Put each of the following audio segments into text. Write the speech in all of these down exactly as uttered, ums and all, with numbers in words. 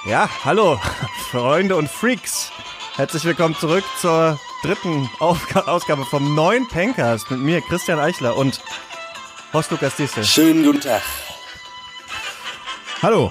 Ja, hallo, Freunde und Freaks. Herzlich willkommen zurück zur dritten Aufga- Ausgabe vom neuen Pencast mit mir, Christian Eichler und Horst Lukas Diesel. Schönen guten Tag. Hallo.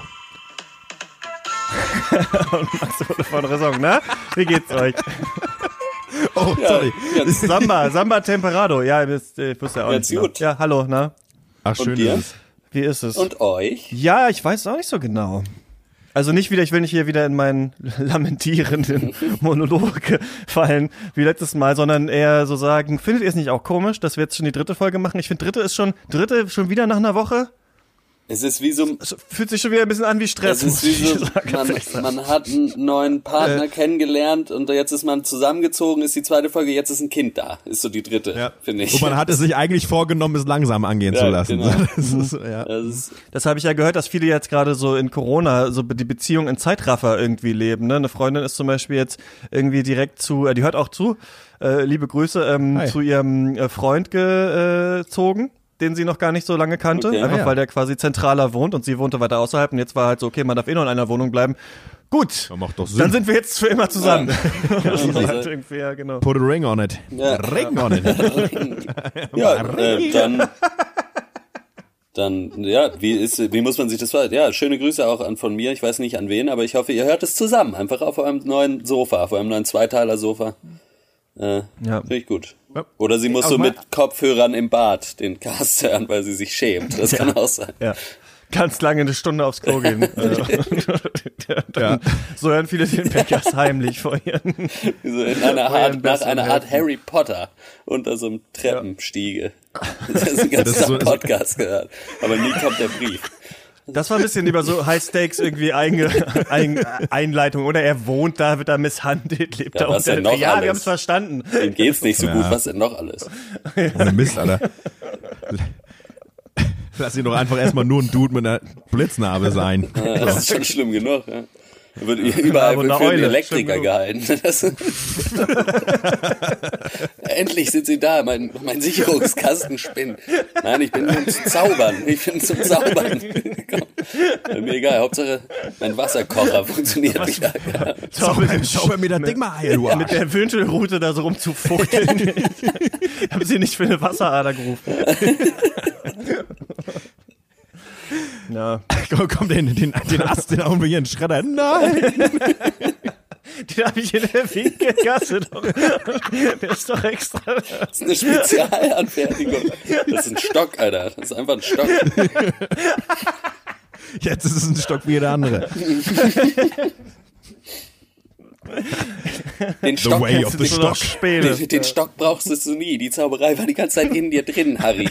Und Max Ole von Raison, na? Wie geht's euch? Oh, sorry. Ja, ja. Samba, Samba Temperado. Ja, ich wusste ja auch Ganz nicht. gut. Ja, hallo, na? Ach, schön. Und dir? ist es. Wie ist es? Und euch? Ja, ich weiß auch nicht so genau. Also nicht wieder, ich will nicht hier wieder in meinen lamentierenden Monolog fallen wie letztes Mal, sondern eher so sagen, findet ihr es nicht auch komisch, dass wir jetzt schon die dritte Folge machen? Ich finde, dritte ist schon, dritte schon wieder nach einer Woche. Es ist wie so, Es fühlt sich schon wieder ein bisschen an wie Stress. es ist wie muss ich so sagen, man, ganz ehrlich. man hat einen neuen Partner Äh. kennengelernt und jetzt ist man zusammengezogen, ist die zweite Folge, jetzt ist ein Kind da. Ist so die dritte, Ja. finde ich. Und man hat es sich eigentlich vorgenommen, es langsam angehen Ja, zu lassen. genau. Das ist, ja. Das ist, Das habe ich ja gehört, dass viele jetzt gerade so in Corona so die Beziehung in Zeitraffer irgendwie leben. Ne? Eine Freundin ist zum Beispiel jetzt irgendwie direkt zu, äh, die hört auch zu, äh, liebe Grüße, ähm, Hi. zu ihrem äh, Freund gezogen, den sie noch gar nicht so lange kannte, Okay. einfach Ah, ja. weil der quasi zentraler wohnt und sie wohnte weiter außerhalb und jetzt war halt so, okay, man darf eh nur in einer Wohnung bleiben. Gut, Das macht doch Sinn. dann sind wir jetzt für immer zusammen. Das ist also- halt irgendwie, ja, genau. Put a ring on it. Ja. Ring on it. ja, äh, dann, dann, ja, wie ist, wie muss man sich das vorstellen? Ja, schöne Grüße auch an von mir, ich weiß nicht an wen, aber ich hoffe, ihr hört es zusammen, einfach auf eurem neuen Sofa, auf eurem neuen Zweiteiler-Sofa. Äh, Ja. Finde ich gut. Ja. Oder sie muss Auch so mal- mit Kopfhörern im Bad den Cast hören, weil sie sich schämt. Das kann auch sein. Ja. Ganz lange eine Stunde aufs Klo gehen. Also, dann, so hören viele den Packers heimlich vor ihren. So in einer Euren Art, nach besseren einer Art Hälften. Harry Potter unter so einem Treppenstiege. Das ist ein Das ganzer ist so- Podcast gehört. Aber nie kommt der Brief. Das war ein bisschen lieber so High Stakes irgendwie Einge, ein, Einleitung. Oder er wohnt da, wird da misshandelt, lebt Ja, da was denn unter. noch Ja, alles? wir haben es verstanden. Dem geht's nicht so Ja. gut. Was denn noch alles? Ohne Mist, Alter. Lass ihn doch einfach erstmal nur ein Dude mit einer Blitznarbe sein. Ja, das ist schon schlimm genug. Ja. Da wird überall aber für eine einen Eule, Elektriker schlimm gehalten. Das Endlich sind sie da, mein, mein Sicherungskasten spinnt. Nein, ich bin nur um zu zaubern. Ich bin zum Zaubern. Komm. Mir egal, Hauptsache mein Wasserkocher funktioniert wieder. Ja. Schauber, schauber mir das Ding mal ein, du Mit Arsch. der Wünschelrute da so rumzufuchteln. Haben sie nicht für eine Wasserader gerufen. Ja. Komm, komm den, den, den Ast, den hauen wir hier in den Schredder. Nein! Den habe ich in der Winkelgasse doch. Der ist doch extra. Das ist eine Spezialanfertigung. Das ist ein Stock, Alter. Das ist einfach ein Stock. Jetzt ist es ein Stock wie jeder andere. Den Stock, way of the So noch Stock. Späne. den, den Stock brauchst du nie. Die Zauberei war die ganze Zeit in dir drin, Harry.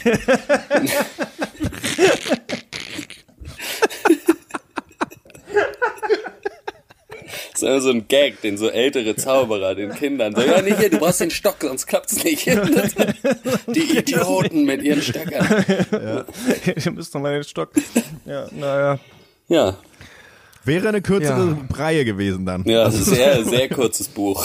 Das ist immer so ein Gag, den so ältere Zauberer den Kindern so, ja, nicht hier, du brauchst den Stock, sonst klappt's nicht. Die Idioten mit ihren Stöckern. Ihr müsst noch mal den Stock. Ja, naja. Ja, Wäre eine kürzere Ja. Reihe gewesen dann. ja, das ist ein sehr, sehr kurzes Buch.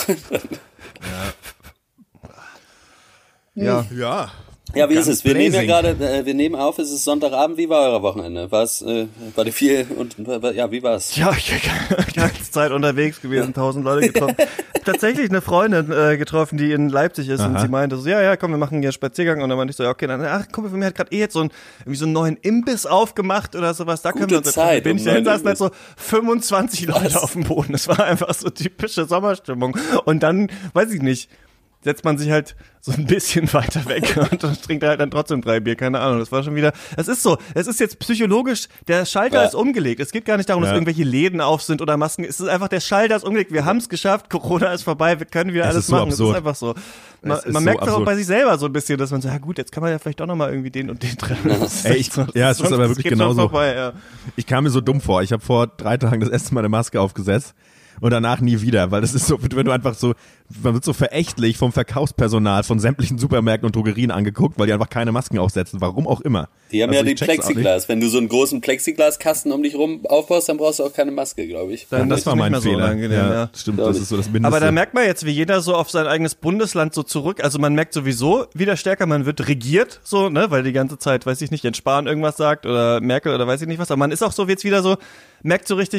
Ja. Ja. Ja, wie ist Ganz es? Wir nehmen ja blazing. gerade, äh, wir nehmen auf, es ist Sonntagabend, wie war euer Wochenende? War's, äh, war die viel und, ja, wie war's? Ja, ich bin die ganze Zeit unterwegs gewesen, tausend Leute getroffen. Tatsächlich eine Freundin äh, getroffen, die in Leipzig ist und Aha. sie meinte so, ja, ja, komm, wir machen hier einen Spaziergang und dann meinte ich so, ja, okay, dann, ach, Kumpel von mir hat gerade eh jetzt so einen, irgendwie so einen neuen Imbiss aufgemacht oder sowas, da können Gute wir uns jetzt Zeit, treffen. Bin um ich da neuen hinsaßen halt Imbiss. so fünfundzwanzig Leute Was? auf dem Boden. Das war einfach so typische Sommerstimmung und dann, weiß ich nicht, setzt man sich halt so ein bisschen weiter weg und dann trinkt er halt dann trotzdem drei Bier, keine Ahnung. Das war schon wieder, es ist so, es ist jetzt psychologisch, der Schalter Ja. ist umgelegt. Es geht gar nicht darum, dass Ja. irgendwelche Läden auf sind oder Masken. Es ist einfach, der Schalter ist umgelegt. Wir haben es geschafft, Corona ist vorbei, wir können wieder Es alles ist so machen. absurd. Es ist einfach so. Man, Es ist man so merkt doch auch absurd. bei sich selber so ein bisschen, dass man sagt, ja gut, jetzt kann man ja vielleicht doch nochmal irgendwie den und den treffen. Das ist Ey, echt ich- so- ja, es ist das aber wirklich geht schon genauso. vorbei, ja. Ich kam mir so dumm vor. Ich habe vor drei Tagen das erste Mal eine Maske aufgesetzt und danach nie wieder, weil das ist so, wenn du einfach so, man wird so verächtlich vom Verkaufspersonal von sämtlichen Supermärkten und Drogerien angeguckt, weil die einfach keine Masken aufsetzen, warum auch immer. Die haben Also ja die ich check's auch nicht. Plexiglas. Wenn du so einen großen Plexiglaskasten um dich rum aufbaust, dann brauchst du auch keine Maske, glaube ich. Dann Das ist war nicht mein mehr so Fehler. unangenehm, ja, ja. Stimmt, Glaub das ich. ist so das Mindeste. Aber da merkt man jetzt, wie jeder so auf sein eigenes Bundesland so zurück, also man merkt sowieso wieder stärker, man wird regiert, so, ne, weil die ganze Zeit, weiß ich nicht, Jens Spahn irgendwas sagt oder Merkel oder weiß ich nicht was, aber man ist auch so jetzt wieder so, merkt so richtig,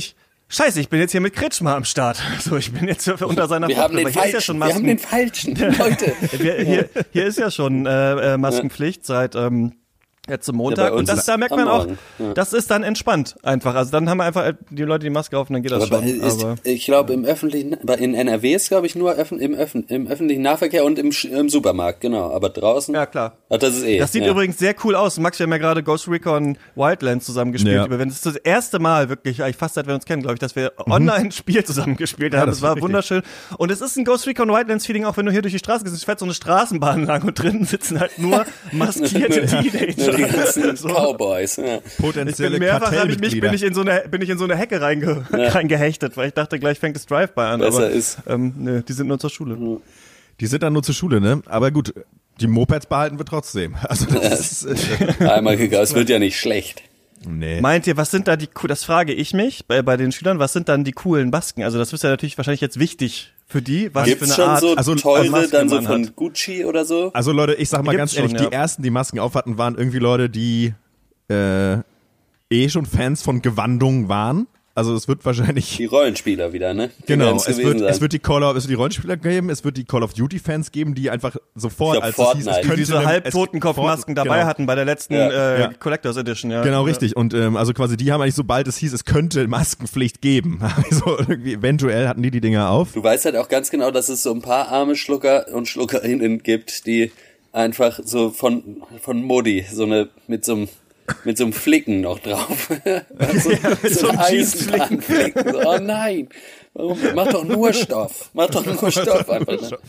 Scheiße, ich bin jetzt hier mit Kretschmer am Start. So, ich bin jetzt unter seiner Wir Frucht, haben den aber hier ist ja falschen, schon wir haben Masken. den falschen, Leute. Wir, hier, hier ist ja schon äh, äh, Maskenpflicht seit ähm, jetzt zum Montag Ja, bei und uns das ist da merkt am man auch, Morgen, ja. das ist dann entspannt einfach. Also dann haben wir einfach die Leute die Maske auf und dann geht das Aber schon. ist, Aber ich glaube im öffentlichen, bei- in N R W ist glaube ich nur öffn, im, öffn, im öffentlichen Nahverkehr und im, Sch- im Supermarkt, genau. Aber draußen, ja klar. ach, das ist eh. Das sieht ja. übrigens sehr cool aus. Max, wir haben ja gerade Ghost Recon Wildlands zusammen gespielt. Ja. Wir- Das ist das erste Mal wirklich, eigentlich fast seit wir uns kennen, glaube ich, dass wir online ein Spiel zusammen gespielt haben. das Das war ist richtig. wunderschön. Und es ist ein Ghost Recon Wildlands Feeling, auch wenn du hier durch die Straße gehst. Es fährt so eine Straßenbahn lang und drinnen sitzen halt nur maskierte Nur die Teenager. ganzen So. Cowboys. Ja. Ich bin Potenzielle mehrfach hab ich mich, bin Kartellmitglieder. ich in so eine bin ich in so eine Hecke reinge, reingehechtet, weil ich dachte, gleich fängt das Drive-by an. Besser aber ist. ähm, nö, die sind nur zur Schule. Die sind dann nur zur Schule, ne? Aber gut, die Mopeds behalten wir trotzdem. Also das ist, äh, Einmal gegangen, es wird ja nicht schlecht. nee. Meint ihr, was sind da die, das frage ich mich bei, bei den Schülern, was sind dann die coolen Masken? Also das ist ja natürlich wahrscheinlich jetzt wichtig für die, was Gibt's für schon eine Art so also teure, Maske dann so man von hat. Gucci oder so? Also Leute, ich sag mal Gibt's ganz ehrlich, schon, ja. die ersten, die Masken auf hatten, waren irgendwie Leute, die äh, eh schon Fans von Gewandung waren. Also es wird wahrscheinlich Die Rollenspieler wieder, ne? Die genau, werden's es gewesen wird, sein. es wird die Call of, es wird die Rollenspieler geben, es wird die Call of Duty Fans geben, die einfach sofort, Ich glaub, als es hieß, es Fortnite. könnte diese eine- Halbtotenkopfmasken es- dabei genau. hatten bei der letzten Ja. äh, Ja. Collectors Edition, ja. Genau, ja. richtig. Und ähm, also quasi die haben eigentlich, sobald es hieß, es könnte Maskenpflicht geben, also irgendwie eventuell hatten die die Dinger auf. Du weißt halt auch ganz genau, dass es so ein paar arme Schlucker und Schluckerinnen gibt, die einfach so von von Modi so eine mit so einem mit so einem Flicken noch drauf. so, mit so so einem ein Eisenbahnflicken. So, oh nein. Warum? Mach doch nur Stoff. Mach doch nur Stoff einfach. Ne?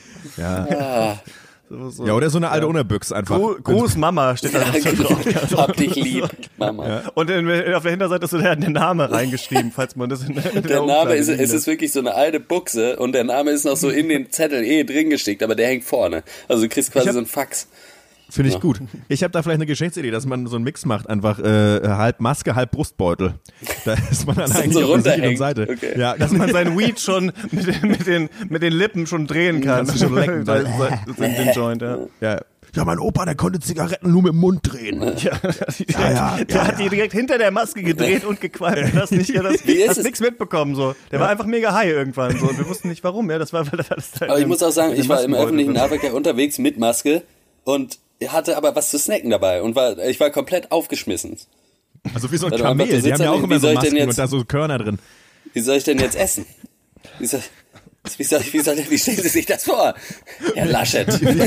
Ja. Ah, So, so. ja, oder so eine alte Unterbüchs einfach. Gru Gruß Mama steht da noch so drauf. hab dich lieb, Mama. Und in, auf der Hinterseite ist so der, der Name reingeschrieben, falls man das in, in Der der Name Umkleide ist, liegen es ist lässt. wirklich so eine alte Buchse und der Name ist noch so in den Zettel eh drin gestickt, aber der hängt vorne. Also du kriegst quasi hab- so ein Fax. Finde ich Ja. gut. Ich habe da vielleicht eine Geschichtsidee, dass man so einen Mix macht, einfach äh, halb Maske, halb Brustbeutel. Da ist man dann Dass man eigentlich so auf der sicheren runterhängt. Seite. Okay. Ja, Dass man sein Weed schon mit, den- mit, den, mit den Lippen schon drehen kann. Kannst du schon lecken. Da- da- den, den Joint, ja. ja. Ja, mein Opa, der konnte Zigaretten nur mit dem Mund drehen. Ja, direkt, Ja, ja, der ja, hat die direkt hinter der Maske gedreht und gequalmt. Das nicht, ja, das, Wie ist hast es? nichts mitbekommen so. Der war einfach mega high irgendwann so. Und wir wussten nicht warum. Ja, das war weil das alles da Aber ich in- muss auch sagen, in den ich war im Maskenbeutel öffentlichen drin. Nahverkehr unterwegs mit Maske und hatte aber was zu snacken dabei und war, ich war komplett aufgeschmissen. Also wie so ein Warte mal, Kamel. du Die sitzt haben ja dann auch in- immer wie so soll ich denn Masken jetzt- und da so Körner drin. Wie soll ich denn jetzt essen? Wie soll, wie soll, wie soll, wie stellen Sie sich das vor? Herr Laschet.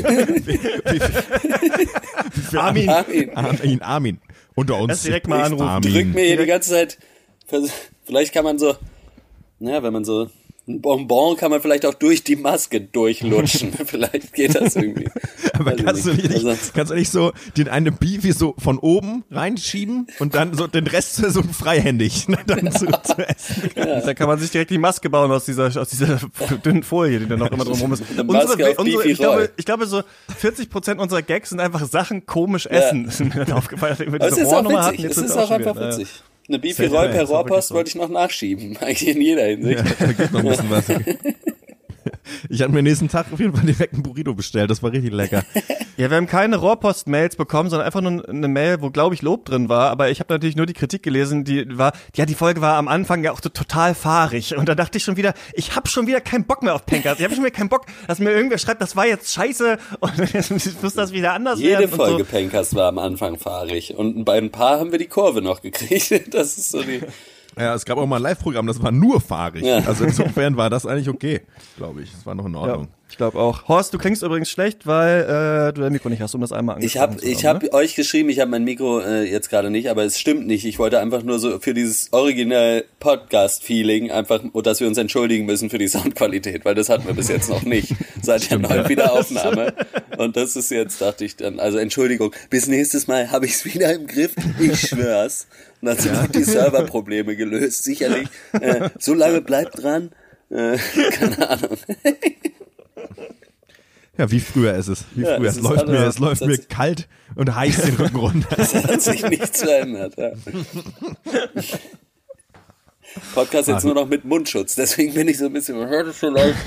Armin, Armin, Armin, Armin. Unter uns. Lass direkt mal spricht anrufen. Armin. drückt mir hier die ganze Zeit, vers- vielleicht kann man so, naja, wenn man so, ein Bonbon kann man vielleicht auch durch die Maske durchlutschen. Vielleicht geht das irgendwie. Aber Weiß ich kannst du, nicht. nicht, Also- kannst du nicht so den einen Beefy so von oben reinschieben und dann so den Rest so freihändig dann zu, zu essen? Da kann man sich direkt die Maske bauen aus dieser, aus dieser dünnen Folie, die da noch immer drumherum ist. Eine Maske auf Beefy ich, glaube, Roll. ich glaube, so vierzig Prozent unserer Gags sind einfach Sachen komisch essen. Das ist mir dann aufgefallen, dass wir Aber es diese ist auch Rohrnummer witzig. hatten. Jetzt Es sind ist wir auch schon einfach wieder, witzig. Eine Beefy Sehr Roll geil, per ist auch wirklich Rohrpost so. wollte ich noch nachschieben. Eigentlich in jeder Hinsicht. Da gibt noch ein bisschen was. Ich habe mir nächsten Tag auf jeden Fall direkt einen Burrito bestellt. Das war richtig lecker. Ja, wir haben keine Rohrpost-Mails bekommen, sondern einfach nur eine Mail, wo, glaube ich, Lob drin war. Aber ich habe natürlich nur die Kritik gelesen, die war, ja, die Folge war am Anfang ja auch so total fahrig. Und da dachte ich schon wieder, ich habe schon wieder keinen Bock mehr auf Pankers. Ich habe schon wieder keinen Bock, dass mir irgendwer schreibt, das war jetzt scheiße und jetzt muss das wieder anders Jede werden. und Folge so. Pencast war am Anfang fahrig. Und bei ein paar haben wir die Kurve noch gekriegt. Das ist so die. Ja, es gab auch mal ein Live-Programm, das war nur fahrig. Ja. Also insofern war das eigentlich okay, glaube ich. Das war noch in Ja, Ordnung. ich glaube auch. Horst, du klingst übrigens schlecht, weil äh, du dein Mikro nicht hast, um das einmal Ich angesprochen habe zu ich haben, hab euch geschrieben, ich habe mein Mikro äh, jetzt gerade nicht, aber es stimmt nicht. Ich wollte einfach nur so für dieses original Podcast-Feeling einfach, dass wir uns entschuldigen müssen für die Soundqualität, weil das hatten wir bis jetzt noch nicht seit der neuen Wiederaufnahme. Und das ist jetzt, dachte ich dann, also Entschuldigung, bis nächstes Mal habe ich es wieder im Griff, ich schwör's. Und dann sind auch die Serverprobleme gelöst, sicherlich. Äh, so lange bleibt dran. Äh, keine Ahnung. Ja, wie früher ist es. Wie Ja, früher. es Es ist läuft alles- mir, es läuft das- mir kalt und heiß den Rücken runter. Es hat sich nichts verändert. Ja. Podcast jetzt nur noch mit Mundschutz, deswegen bin ich so ein bisschen, man hört es so laut.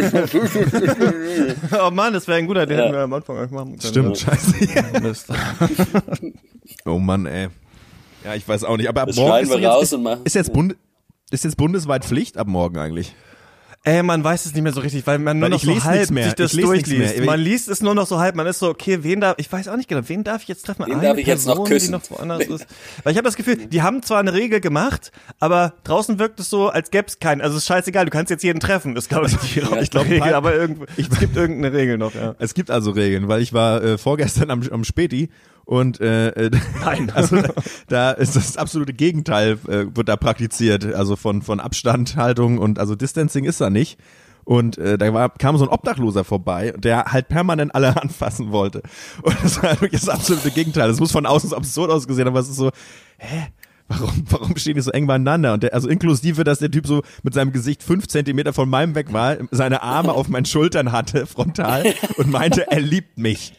Oh Mann, das wäre ein guter, den Ja. hätten wir am Anfang eigentlich machen können. Stimmt, scheiße. Mist. Oh Mann, ey. Ja, ich weiß auch nicht. Aber Das morgen schneiden ist, wir doch jetzt, raus ist, und machen. ist jetzt Bund, ist jetzt bundesweit Pflicht ab morgen eigentlich? Ey, man weiß es nicht mehr so richtig, weil man nur Weil noch ich so lese halb nichts mehr. sich das Ich lese nichts durchliest. mehr. Man liest es nur noch so halb, man ist so, okay, wen darf, ich weiß auch nicht genau, wen darf ich jetzt treffen? Wen Eine darf ich jetzt Person, noch küssen? die noch woanders ist. Weil ich habe das Gefühl, die haben zwar eine Regel gemacht, aber draußen wirkt es so, als gäbe es keinen. Also es ist scheißegal, du kannst jetzt jeden treffen, ist glaube ich die Ja, ich glaub, Regel, paar- aber irgendwo, es gibt irgendeine Regel noch, ja. Es gibt also Regeln, weil ich war äh, vorgestern am, am Späti und äh, Nein. also da, da ist das absolute Gegenteil, äh, wird da praktiziert, also von von Abstandhaltung und also Distancing ist da nicht. Und äh, da war, kam so ein Obdachloser vorbei, der halt permanent alle anfassen wollte. Und das war wirklich das absolute Gegenteil. Das muss von außen so absurd ausgesehen, aber es ist so, hä? Warum, warum stehen die so eng beieinander? Und der, also inklusive, dass der Typ so mit seinem Gesicht fünf Zentimeter von meinem weg war, seine Arme auf meinen Schultern hatte, frontal, und meinte, er liebt mich.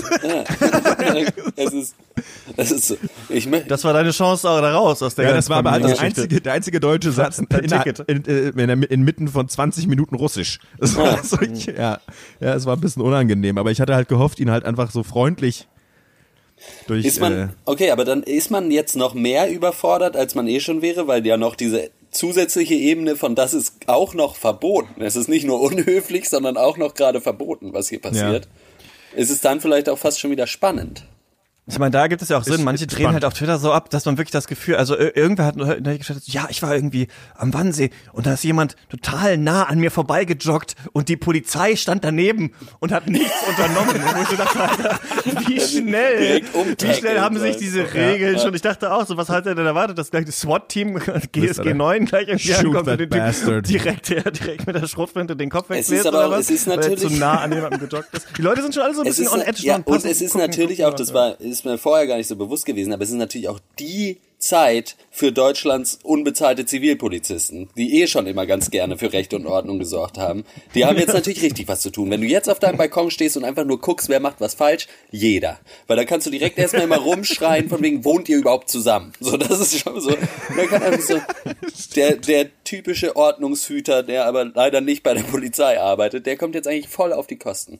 Es ist, es ist so. Ich mö- Das war deine Chance auch da raus aus der Ja, ganzen das war aber halt das Geschichte. einzige, der einzige deutsche Satz in, Dein in, Ticket. in, in, in, inmitten von zwanzig Minuten Russisch. Das war so, ich, ja, ja, es war ein bisschen unangenehm, aber ich hatte halt gehofft, ihn halt einfach so freundlich durch. Ist man, äh, okay, aber dann ist man jetzt noch mehr überfordert, als man eh schon wäre, weil ja noch diese zusätzliche Ebene von das ist auch noch verboten. Es ist nicht nur unhöflich, sondern auch noch gerade verboten, was hier passiert. Ist es dann vielleicht auch fast schon wieder spannend. Ich meine, da gibt es ja auch Sinn. Ist Manche drehen spannend. halt auf Twitter so ab, dass man wirklich das Gefühl, also ir- irgendwer hat neulich gesagt, ja, ich war irgendwie am Wannsee und da ist jemand total nah an mir vorbeigejoggt und die Polizei stand daneben und hat nichts unternommen. Wo ich so dachte, Alter, wie schnell, direkt wie umtackeln schnell haben sich sollen. diese Regeln schon. Ich dachte auch so, was hat er denn erwartet, dass gleich das SWAT-Team G S G neun gleich irgendwie Shoot ankommt that und den Typ bastard. direkt, ja, direkt mit der Schrotflinte den Kopf Es ist wegbläst aber oder auch- was, es ist weil er natürlich- zu nah an jemandem gejoggt ist. Die Leute sind schon alle so ein Es bisschen ist, on edge. ja, und und passen, es ist gucken, natürlich gucken, auch, das ja. war, ist mir vorher gar nicht so bewusst gewesen, aber es ist natürlich auch die Zeit für Deutschlands unbezahlte Zivilpolizisten, die eh schon immer ganz gerne für Recht und Ordnung gesorgt haben. Die haben jetzt natürlich richtig was zu tun. Wenn du jetzt auf deinem Balkon stehst und einfach nur guckst, wer macht was falsch, jeder. Weil da kannst du direkt erstmal immer rumschreien, von wegen, wohnt ihr überhaupt zusammen? So, das ist schon so. Da kann einfach so, der, der typische Ordnungshüter, der aber leider nicht bei der Polizei arbeitet, der kommt jetzt eigentlich voll auf die Kosten.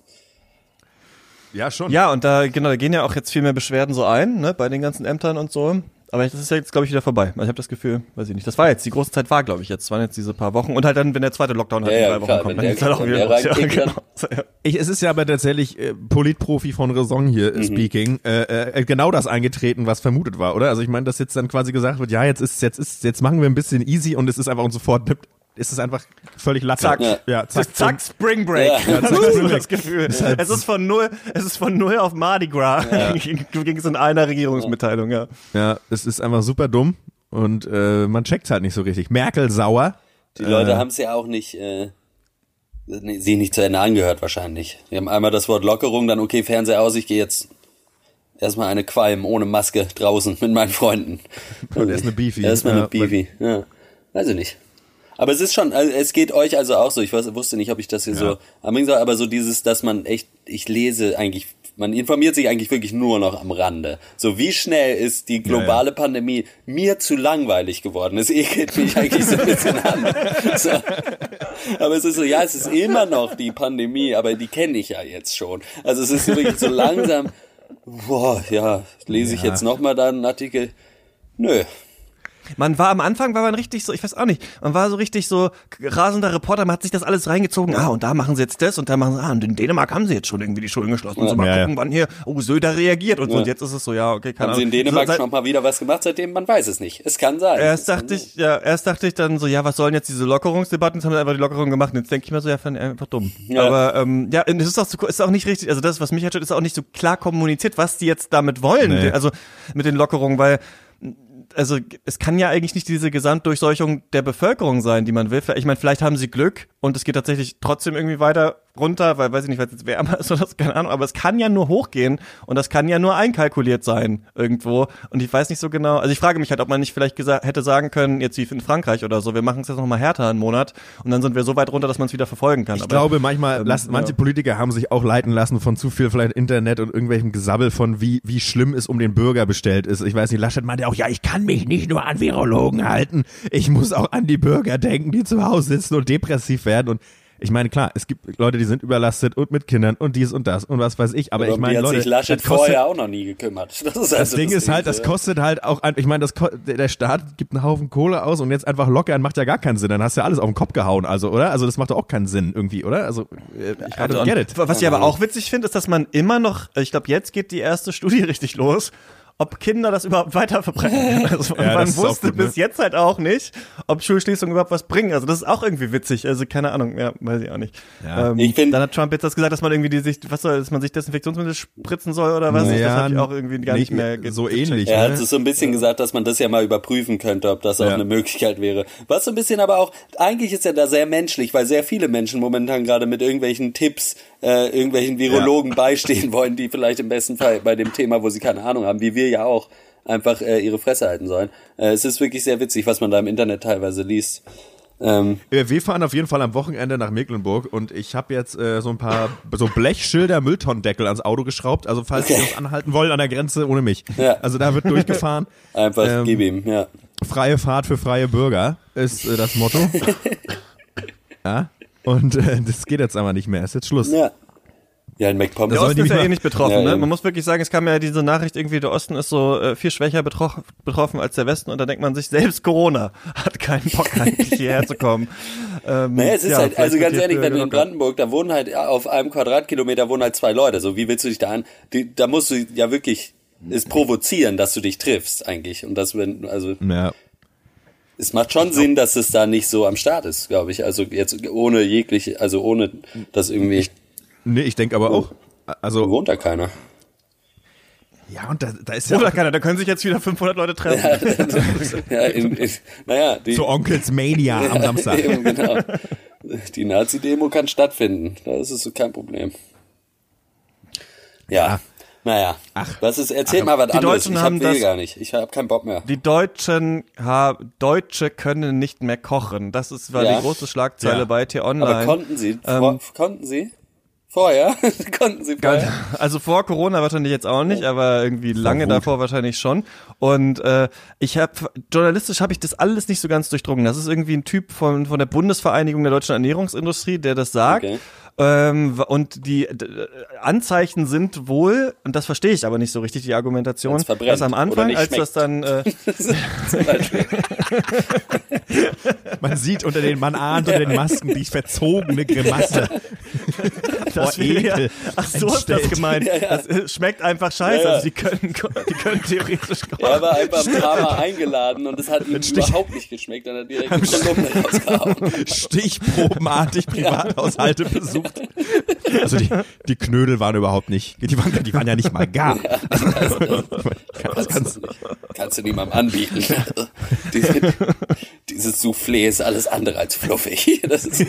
ja, schon. Ja, und da, genau, da gehen ja auch jetzt viel mehr Beschwerden so ein, ne, bei den ganzen Ämtern und so. Aber das ist ja jetzt, glaube ich, wieder vorbei. Also ich habe das Gefühl, weiß ich nicht. Das war jetzt, die große Zeit war, glaube ich, jetzt. Das waren jetzt diese paar Wochen. Und halt dann, wenn der zweite Lockdown halt Ja, in ja, drei Wochen klar, kommt, wenn dann der- geht's halt auch wenn wieder der los. Ja, reinkickt, genau. So, ja. Ich, es ist ja aber tatsächlich äh, Politprofi von Raison hier Mhm. äh, speaking, äh, äh, genau das eingetreten, was vermutet war, oder? Also ich meine, dass jetzt dann quasi gesagt wird, ja, jetzt ist jetzt ist jetzt machen wir ein bisschen easy und es ist einfach und sofort ist es einfach völlig latte. Zack. Ja, ja Zack, zack, zack, Spring Break. Ja. Ja, zack, Das ist Spring Break. das Gefühl. halt- Es ist von null, es ist von null auf Mardi Gras. Du gingst in einer Regierungsmitteilung, ja. Ja, es ist einfach super dumm und äh, man checkt's halt nicht so richtig. Merkel sauer. Die Leute Äh. haben es ja auch nicht, äh, nee, sie nicht zu Ende angehört wahrscheinlich. Die haben einmal das Wort Lockerung, dann okay, Fernseher aus, ich gehe jetzt erstmal eine Qualm ohne Maske draußen mit meinen Freunden. Und erst eine Beefy. Erstmal Ja, eine Beefy, ja. Weiß ich nicht. Aber es ist schon, also es geht euch also auch so, ich weiß, wusste nicht, ob ich das hier so anbringen soll, aber so dieses, dass man echt, ich lese eigentlich, man informiert sich eigentlich wirklich nur noch am Rande. So, wie schnell ist die globale Ja, ja. Pandemie mir zu langweilig geworden? Es ekelt mich eigentlich so ein bisschen an. So. Aber es ist so, ja, es ist immer noch die Pandemie, aber die kenne ich ja jetzt schon. Also es ist wirklich so langsam, boah, ja, lese ich Ja. jetzt nochmal da einen Artikel? Nö. Man war am Anfang, war man richtig so, ich weiß auch nicht, man war so richtig so rasender Reporter, man hat sich das alles reingezogen, ah, und da machen sie jetzt das und da machen sie, ah, und in Dänemark haben sie jetzt schon irgendwie die Schulen geschlossen und so, mal Ja, gucken, ja. wann hier, oh, Söder reagiert und so, Ja. und jetzt ist es so, ja, okay, keine Haben sie Ahnung. in Dänemark so, seit, schon mal wieder was gemacht seitdem? Man weiß es nicht. Es kann sein. Erst Es kann dachte ich, ja, erst dachte ich dann so, ja, was sollen jetzt diese Lockerungsdebatten? Jetzt haben wir einfach die Lockerung gemacht und jetzt denke ich mir so, ja, fand ich einfach dumm. Ja. Aber, ähm, ja, und es ist auch so, ist auch nicht richtig, also das, was mich halt stört, ist auch nicht so klar kommuniziert, was die jetzt damit wollen, Nee. also mit den Lockerungen, weil, also es kann ja eigentlich nicht diese Gesamtdurchseuchung der Bevölkerung sein, die man will. Ich meine, vielleicht haben sie Glück und es geht tatsächlich trotzdem irgendwie weiter runter, weil, weiß ich nicht, weil es jetzt wärmer ist oder so, keine Ahnung, aber es kann ja nur hochgehen und das kann ja nur einkalkuliert sein irgendwo und ich weiß nicht so genau, also ich frage mich halt, ob man nicht vielleicht gesa- hätte sagen können, jetzt wie in Frankreich oder so, wir machen es jetzt nochmal härter einen Monat und dann sind wir so weit runter, dass man es wieder verfolgen kann. Ich aber, glaube, manchmal, ähm, lassen, manche ja. Politiker haben sich auch leiten lassen von zu viel vielleicht Internet und irgendwelchem Gesabbel von wie, wie schlimm es um den Bürger bestellt ist. Ich weiß nicht, Laschet meinte auch, ja, ich kann mich nicht nur an Virologen halten, ich muss auch an die Bürger denken, die zu Hause sitzen und depressiv werden und ich meine, klar, es gibt Leute, die sind überlastet und mit Kindern und dies und das und was weiß ich, aber, aber ich meine, Leute, hat sich Laschet das kostet, vorher auch noch nie gekümmert. Das, ist also das Ding das ist halt, das kostet halt auch, ich meine, das, der Staat gibt einen Haufen Kohle aus und jetzt einfach lockern macht ja gar keinen Sinn, dann hast du ja alles auf den Kopf gehauen, also, oder? Also das macht doch auch keinen Sinn irgendwie, oder? Also, ich also, get it. Was ich aber auch witzig finde, ist, dass man immer noch, ich glaube, jetzt geht die erste Studie richtig los, ob Kinder das überhaupt weiter verbreiten. Also ja, man wusste gut, ne? bis jetzt halt auch nicht, ob Schulschließungen überhaupt was bringen. Also das ist auch irgendwie witzig. Also keine Ahnung, ja, weiß ich auch nicht. Ja. Ähm, ich find, dann hat Trump jetzt das gesagt, dass man irgendwie die sich, was soll, dass man sich Desinfektionsmittel spritzen soll oder was? Ja, das habe ich auch irgendwie gar nicht, nicht mehr ge- so ähnlich. Er ne? hat so ein bisschen gesagt, dass man das ja mal überprüfen könnte, ob das auch ja. eine Möglichkeit wäre. Was so ein bisschen aber auch, eigentlich ist er da sehr menschlich, weil sehr viele Menschen momentan gerade mit irgendwelchen Tipps äh, irgendwelchen Virologen ja. beistehen wollen, die vielleicht im besten Fall bei dem Thema, wo sie keine Ahnung haben, wie wir ja auch, einfach äh, ihre Fresse halten sollen. Äh, es ist wirklich sehr witzig, was man da im Internet teilweise liest. Ähm, wir fahren auf jeden Fall am Wochenende nach Mecklenburg und ich habe jetzt äh, so ein paar so Blechschilder, Mülltonnendeckel ans Auto geschraubt, also falls okay. Sie uns anhalten wollen an der Grenze ohne mich. Ja. Also da wird durchgefahren. Einfach ähm, gib ihm, ja. Freie Fahrt für freie Bürger ist äh, das Motto. Ja. Und äh, das geht jetzt aber nicht mehr, ist jetzt Schluss. Ja. Ja, in MacPom. Der Osten ist ja eh nicht betroffen, ja, ne? Man muss wirklich sagen, es kam ja diese Nachricht irgendwie, der Osten ist so äh, viel schwächer betroch- betroffen als der Westen und da denkt man sich, selbst Corona hat keinen Bock eigentlich hierher zu kommen. Ähm, naja, es ist ja, halt, also ganz ehrlich, wenn du in Brandenburg, da wohnen halt auf einem Quadratkilometer wohnen halt zwei Leute, so wie willst du dich da an, die, da musst du ja wirklich es provozieren, dass du dich triffst eigentlich und das, wenn, also... Ja. Es macht schon Sinn, dass es da nicht so am Start ist, glaube ich, also jetzt ohne jegliche, also ohne das irgendwie... Nee, ich denke aber auch. Also wohnt da keiner. Ja, und da, da ist ja wohnt da keiner, da können sich jetzt wieder fünfhundert Leute treffen. Ja, ja, in, in, naja, die, zu Onkels Mania am Samstag. Eben, genau. Die Nazi-Demo kann stattfinden, das ist kein Problem. Ja, ja. Naja, ach, was ist, erzähl ach, mal was anderes, ich hab will das, gar nicht, ich hab keinen Bock mehr. Die Deutschen, ha, Deutsche können nicht mehr kochen, das ist, war ja. die große Schlagzeile ja. bei T-Online. Aber konnten sie, ähm, vor, konnten sie? Vorher? Konnten sie vorher? Also vor Corona wahrscheinlich jetzt auch nicht, aber irgendwie lange davor wahrscheinlich schon. Und äh, ich habe journalistisch habe ich das alles nicht so ganz durchdrungen. Das ist irgendwie ein Typ von von der Bundesvereinigung der deutschen Ernährungsindustrie, der das sagt. Okay. Ähm, und die d- Anzeichen sind wohl, und das verstehe ich aber nicht so richtig, die Argumentation, dass am Anfang, als das dann äh, man sieht unter den, man ahnt unter den Masken die verzogene Grimasse. Das wäre, ach so ist das gemeint. Ja, ja. Das schmeckt einfach scheiße. Ja, ja. Also die können, die können theoretisch kochen. Er war einfach ein paar Mal eingeladen und es hat ihm Stich- überhaupt nicht geschmeckt. Dann hat er direkt die Kolumne rausgehauen. Stichprobenartig Privathaushalte besucht. Also die, die Knödel waren überhaupt nicht, die waren, die waren ja nicht mal gar. Ja, also, kannst, kannst, du nicht, kannst du niemandem anbieten. Die, dieses Soufflé ist alles andere als fluffig. Das ist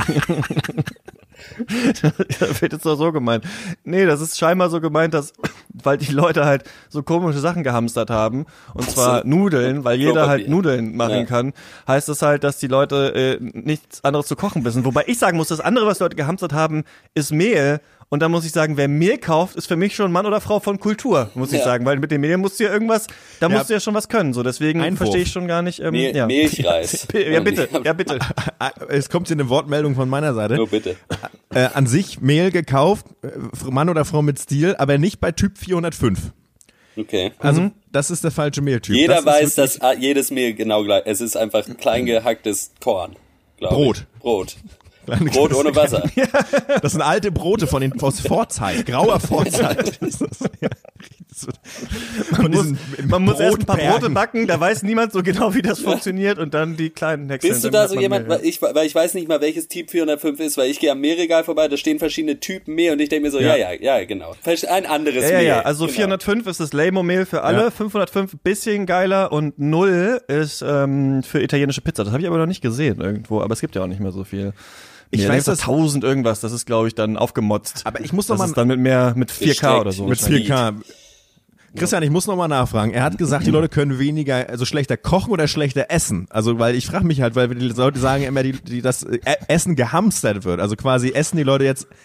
das wird jetzt doch so gemeint. Nee, das ist scheinbar so gemeint, dass, weil die Leute halt so komische Sachen gehamstert haben, und zwar so. Nudeln, weil jeder halt Nudeln machen ja. kann, heißt das halt, dass die Leute äh, nichts anderes zu kochen wissen. Wobei ich sagen muss, das andere, was Leute gehamstert haben, ist Mehl. Und da muss ich sagen, wer Mehl kauft, ist für mich schon Mann oder Frau von Kultur, muss ja. ich sagen. Weil mit dem Mehl musst du ja irgendwas, da ja. musst du ja schon was können. So, deswegen verstehe ich schon gar nicht. Ähm, Mehl, ja. Milchreis. Ja, bitte, ja, bitte. Es kommt hier eine Wortmeldung von meiner Seite. Oh, bitte. Äh, an sich Mehl gekauft, Mann oder Frau mit Stil, aber nicht bei Typ vierhundertfünf. Okay. Also, mhm. das ist der falsche Mehltyp. Jeder das weiß, dass jedes Mehl genau gleich, es ist einfach klein gehacktes Korn. Brot. Ich. Brot. Brot ohne Wasser. Ja. Das sind alte Brote von den aus Vorzeit, grauer Vorzeit. Das ist, ja, man muss, man muss erst ein paar Brote backen, da weiß niemand so genau, wie das ja. funktioniert, und dann die kleinen Häckseln. Bist du da so jemand, weil ich, weil ich weiß nicht mal, welches Typ vierhundertfünf ist, weil ich gehe am Mehlregal vorbei, da stehen verschiedene Typen Mehl und ich denke mir so, ja, ja, ja, ja genau. Ein anderes ja, ja, Mehl. Ja, also genau. vierhundertfünf ist das Lamo-Mehl für alle, ja. fünfhundertfünf bisschen geiler und null ist ähm, für italienische Pizza. Das habe ich aber noch nicht gesehen irgendwo, aber es gibt ja auch nicht mehr so viel. Ich nee, weiß, das tausend irgendwas, das ist, glaube ich, dann aufgemotzt. Aber ich muss noch das mal... ist dann mit mehr, mit vier K oder so. Mit vier K. Christian, ich muss noch mal nachfragen. Er hat gesagt, die Leute können weniger, also schlechter kochen oder schlechter essen. Also, weil ich frage mich halt, weil die Leute sagen immer, die, die das Essen gehamstert wird. Also quasi essen die Leute jetzt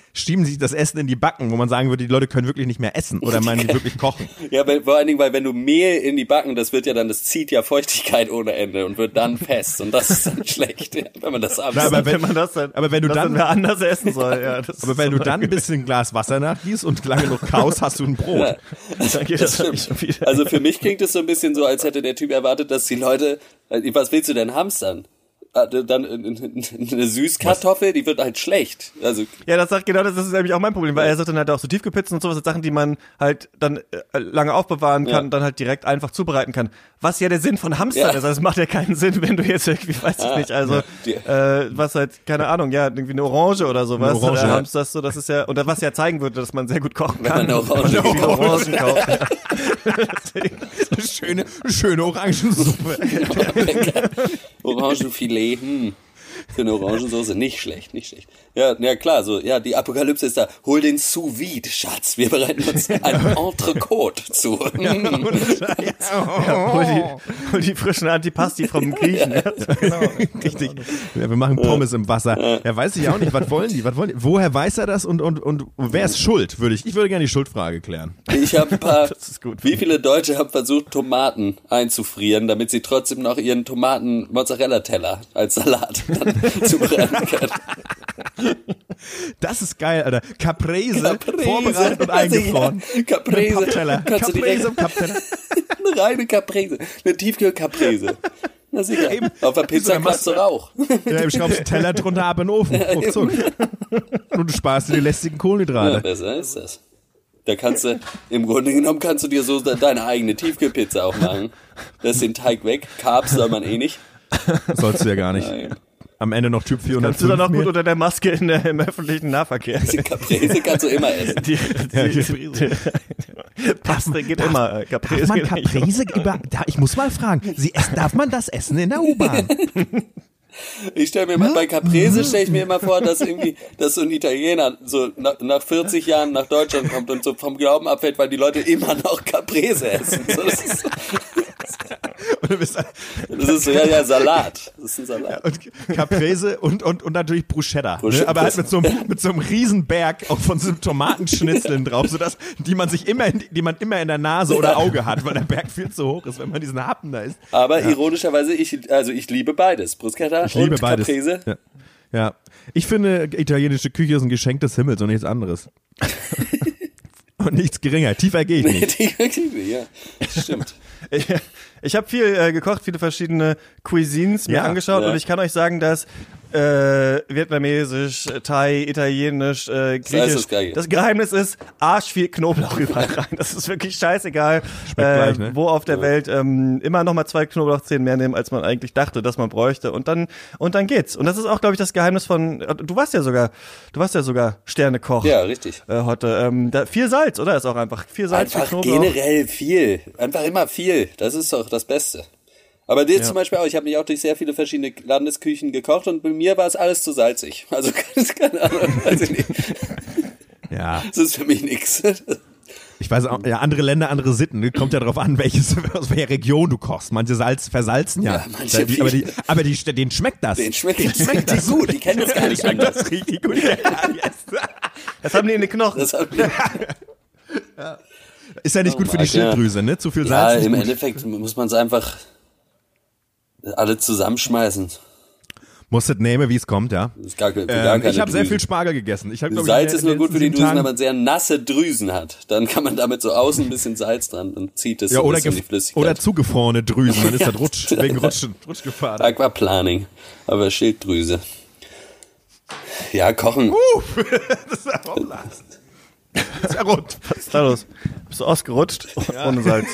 schieben sich das Essen in die Backen, wo man sagen würde, die Leute können wirklich nicht mehr essen oder meinen die wirklich kochen. Ja, weil, vor allen Dingen, weil wenn du Mehl in die Backen, das wird ja dann, das zieht ja Feuchtigkeit ohne Ende und wird dann fest und das ist dann schlecht, ja, wenn man das absieht. Aber wenn, wenn man das dann, aber wenn du das dann, dann anders essen soll, ja. Das aber wenn du dann ein bisschen Glas Wasser nachgießt und lange noch kaust, hast du ein Brot. Ja, dann geht das das stimmt. schon wieder. Also für mich klingt es so ein bisschen so, als hätte der Typ erwartet, dass die Leute, was willst du denn hamstern? Dann eine Süßkartoffel, die wird halt schlecht. Also ja, das sagt genau, das ist nämlich auch mein Problem, weil er sagt dann halt auch so Tiefkühlpizzen und sowas, das Sachen, die man halt dann äh, lange aufbewahren kann ja. und dann halt direkt einfach zubereiten kann. Was ja der Sinn von Hamstern ja. ist, also es macht ja keinen Sinn, wenn du jetzt irgendwie, weiß ah, ich nicht, also ja. äh, was halt, keine Ahnung, ja, irgendwie eine Orange oder sowas, eine Orange, oder ja. hamsterst so, das ist ja, und was ja zeigen würde, dass man sehr gut kochen kann. Wenn man eine Orange, eine Orangen kauft. eine schöne, schöne Orangensuppe. Orangenfilet, hm. Für eine Orangensauce nicht schlecht, nicht schlecht. Ja, ja klar, so, ja, die Apokalypse ist da. Hol den Sous Vide, Schatz. Wir bereiten uns ein Entrecote zu. Ja, ja, hol, die, hol die frischen Antipasti vom Griechen. Ja, genau. Richtig. Ja, wir machen Pommes im Wasser. Ja. ja, weiß ich auch nicht. Was wollen die? Was wollen die? Woher weiß er das? Und, und, und wer ist schuld? Würde ich, ich würde gerne die Schuldfrage klären. Ich habe ein paar, das ist gut. Wie viele Deutsche haben versucht, Tomaten einzufrieren, damit sie trotzdem noch ihren Tomaten-Mozzarella-Teller als Salat zubereiten können? Das ist geil, Alter. Caprese, Caprese. vorbereitet und eingefroren. Ja, Caprese. Kannst du direkt eine reine Caprese. Eine Tiefkühl-Caprese. Das ist egal. Auf der Pizza kratzt du Rauch. Ja, du schraubst einen Teller drunter ab in den Ofen. Ruckzuck. Und du sparst dir die lästigen Kohlenhydrate. Ja, besser ist das. Da kannst du, im Grunde genommen kannst du dir so deine eigene Tiefkühlpizza auch machen. Lass den Teig weg. Carbs soll man eh nicht. Sollst du ja gar nicht. Nein. Am Ende noch Typ vierhundertfünf. Kannst du dann auch gut unter der Maske in der, im öffentlichen Nahverkehr. Die Caprese kannst du immer essen. Die, die, ja, die, die Paste geht darf, immer. Caprese darf man Caprese über, da, ich muss mal fragen, Sie essen, darf man das essen in der U-Bahn? Ich stelle mir mal, bei Caprese stelle ich mir immer vor, dass irgendwie, dass so ein Italiener so nach, nach vierzig Jahren nach Deutschland kommt und so vom Glauben abfällt, weil die Leute immer noch Caprese essen. So, das ist so, das ist so, ja, ja, Salat. Das ist ein Salat. Ja, und Caprese und, und, und natürlich Bruschetta. Bruschetta ne? Aber halt mit so, einem, mit so einem Riesenberg auch von so einem Tomatenschnitzeln drauf, sodass, die man sich immer, in, die man immer in der Nase oder Auge hat, weil der Berg viel zu hoch ist, wenn man diesen Happen da isst. Aber ja. ironischerweise, ich, also ich liebe beides. Bruschetta ich liebe und beides. Caprese. Ja. ja. Ich finde, italienische Küche ist ein Geschenk des Himmels und nichts anderes. Und nichts geringer. Tiefer gehe ich nicht. Tiefer gehe ich nicht, ja. Das stimmt. Ich, ich habe viel äh, gekocht, viele verschiedene Cuisines mir ja, angeschaut ja. und ich kann euch sagen, dass äh, vietnamesisch, Thai, italienisch, äh, griechisch. Das, das, das Geheimnis ist, arsch viel Knoblauch überall rein. Das ist wirklich scheißegal, äh, gleich, ne? wo auf der ja. Welt ähm, immer noch mal zwei Knoblauchzehen mehr nehmen, als man eigentlich dachte, dass man bräuchte. Und dann und dann geht's. Und das ist auch, glaube ich, das Geheimnis von. Du warst ja sogar, du warst ja sogar Sternekoch. Ja, richtig. Äh, heute ähm, da, viel Salz, oder? Ist auch einfach viel Salz, einfach viel Knoblauch. Generell viel, einfach immer viel. Das ist doch das Beste. Aber dir ja. zum Beispiel auch, ich habe mich auch durch sehr viele verschiedene Landesküchen gekocht und bei mir war es alles zu salzig. Also keine Ahnung, weiß ich nicht. Ja. Das ist für mich nix. Ich weiß auch, ja, andere Länder, andere Sitten. Kommt ja drauf an, welches, aus welcher Region du kochst. Manche Salz, versalzen ja. ja manche die, aber die, aber die, denen schmeckt das. Denen schmeckt, denen schmeckt das gut. Die kennen das gar nicht anders. Das richtig gut. Das haben die in den Knochen. Das haben die. Ja. Ist ja nicht oh, gut für die Schilddrüse, ne? Zu viel ja, Salz. Ja, im gut. Endeffekt muss man es einfach alle zusammenschmeißen. Musst du nehmen, wie es kommt, ja. Das ist gar, gar ähm, ich habe sehr viel Spargel gegessen. Ich hab, glaub, Salz ich, ist nur gut für die Drüsen, Tagen wenn man sehr nasse Drüsen hat. Dann kann man damit so außen ein bisschen Salz dran und zieht es ja, so oder ein bisschen die Flüssigkeit. Oder zugefrorene Drüsen, dann ist das Rutsch, wegen Rutsch, Rutschgefahr. Aquaplaning, aber Schilddrüse. Ja, kochen. Uh, das ist ja hoppla. Das ist ja rund. Was ist da los? Bist du ausgerutscht? Ja. Ohne Salz.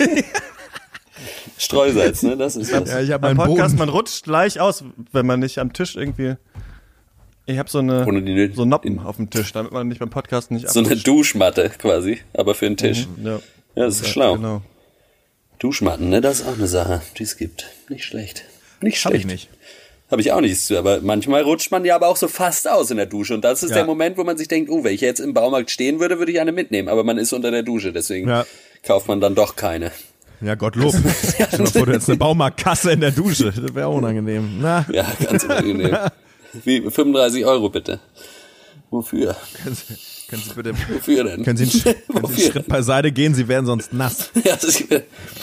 Streusalz, ne? Das ist was. Ja, ich hab Beim meinen Podcast, Boden. man rutscht gleich aus, wenn man nicht am Tisch irgendwie. Ich habe so eine die, so Noppen auf dem Tisch, damit man nicht beim Podcast nicht so eine Duschmatte quasi, aber für den Tisch. Mhm, ja. ja, das ist ja, schlau. Genau. Duschmatten, ne? Das ist auch eine Sache, die es gibt. Nicht schlecht. Nicht schlecht. Hab ich nicht. Habe ich auch nichts zu, aber manchmal rutscht man ja aber auch so fast aus in der Dusche. Und das ist ja. der Moment, wo man sich denkt, oh, wenn ich jetzt im Baumarkt stehen würde, würde ich eine mitnehmen. Aber man ist unter der Dusche, deswegen ja. kauft man dann doch keine. Ja, Gottlob. Ja, bevor du jetzt eine Baumarktkasse in der Dusche, das wäre unangenehm. Na. Ja, ganz unangenehm. Wie, fünfunddreißig Euro bitte. Wofür? Können Sie, können Sie bitte, Wofür denn? können Sie einen, Sch- können Sie einen Schritt beiseite gehen, Sie werden sonst nass. Ja, das ist,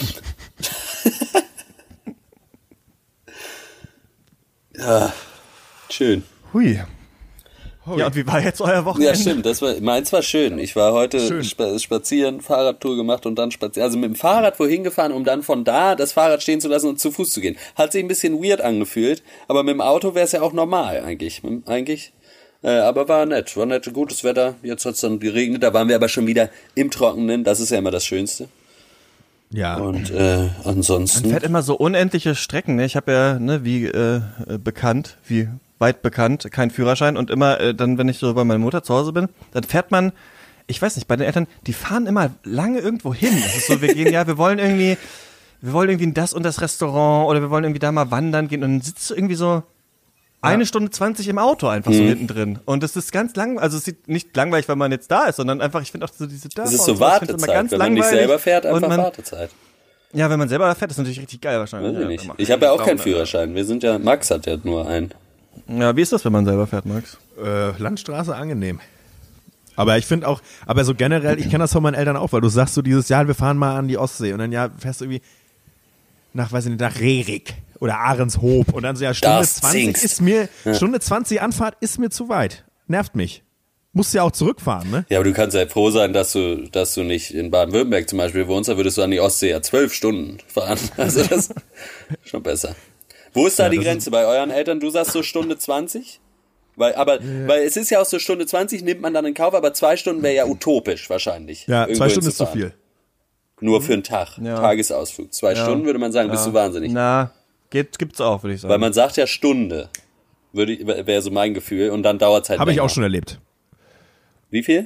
ja, schön. Hui. Ja, und wie war jetzt euer Wochenende? Ja, stimmt, das war, meins war schön. Ich war heute Schön. spa- spazieren, Fahrradtour gemacht und dann spazieren, also mit dem Fahrrad wohin gefahren, um dann von da das Fahrrad stehen zu lassen und zu Fuß zu gehen. Hat sich ein bisschen weird angefühlt, aber mit dem Auto wäre es ja auch normal eigentlich, Mit- eigentlich. Äh, aber war nett, war nett, gutes Wetter. Jetzt hat es dann geregnet, da waren wir aber schon wieder im Trockenen, das ist ja immer das Schönste. Ja. Und äh, Man ansonsten, fährt immer so unendliche Strecken, ne? Ich habe ja, ne, wie äh, bekannt, wie weit bekannt, keinen Führerschein und immer äh, dann, wenn ich so bei meiner Mutter zu Hause bin, dann fährt man, ich weiß nicht, bei den Eltern, die fahren immer lange irgendwo hin. Das ist so, wir gehen, ja, wir wollen irgendwie, wir wollen irgendwie in das und das Restaurant oder wir wollen irgendwie da mal wandern gehen und dann sitzt du irgendwie so eine Stunde zwanzig im Auto einfach so hinten drin. Und das ist ganz lang, also es sieht nicht langweilig, weil man jetzt da ist, sondern einfach, ich finde auch so diese Dörfer das ist so und so, ich find's immer Wartezeit, ganz wenn man nicht langweilig. selber fährt, Und einfach man, Wartezeit. Ja, wenn man selber fährt, ist natürlich richtig geil wahrscheinlich. Weiß ich Ja, nicht. immer. Ich habe ja auch keinen Traum, Führerschein, wir sind ja, Max hat ja nur einen. Ja, wie ist das, wenn man selber fährt, Max? Äh, Landstraße angenehm. Aber ich finde auch, aber so generell, ich kenne das von meinen Eltern auch, weil du sagst so dieses Jahr, wir fahren mal an die Ostsee und dann ja fährst du irgendwie nach, weiß ich nicht, nach Rerik oder Ahrenshoop und dann so, ja, Stunde Das zwanzig singst. ist mir, Stunde zwanzig Anfahrt ist mir zu weit. Nervt mich. Musst ja auch zurückfahren, ne? Ja, aber du kannst ja froh sein, dass du, dass du nicht in Baden-Württemberg zum Beispiel wohnst, da würdest du an die Ostsee ja zwölf Stunden fahren. Also das ist schon besser. Wo ist da Ja, die das Grenze bei euren Eltern? Du sagst so Stunde zwanzig? Weil, aber, weil es ist ja auch so Stunde zwanzig nimmt man dann in Kauf, aber zwei Stunden wäre ja utopisch wahrscheinlich. Ja, irgendwo zwei Stunden ist zu hinzufahren. viel. Nur für einen Tag. Ja. Tagesausflug. Zwei Stunden würde man sagen, bist du wahnsinnig. Na, geht, gibt's auch, würde ich sagen. Weil man sagt ja Stunde. Würde ich, wäre so mein Gefühl. Und dann dauert es halt Habe ich länger. auch schon erlebt. Wie viel?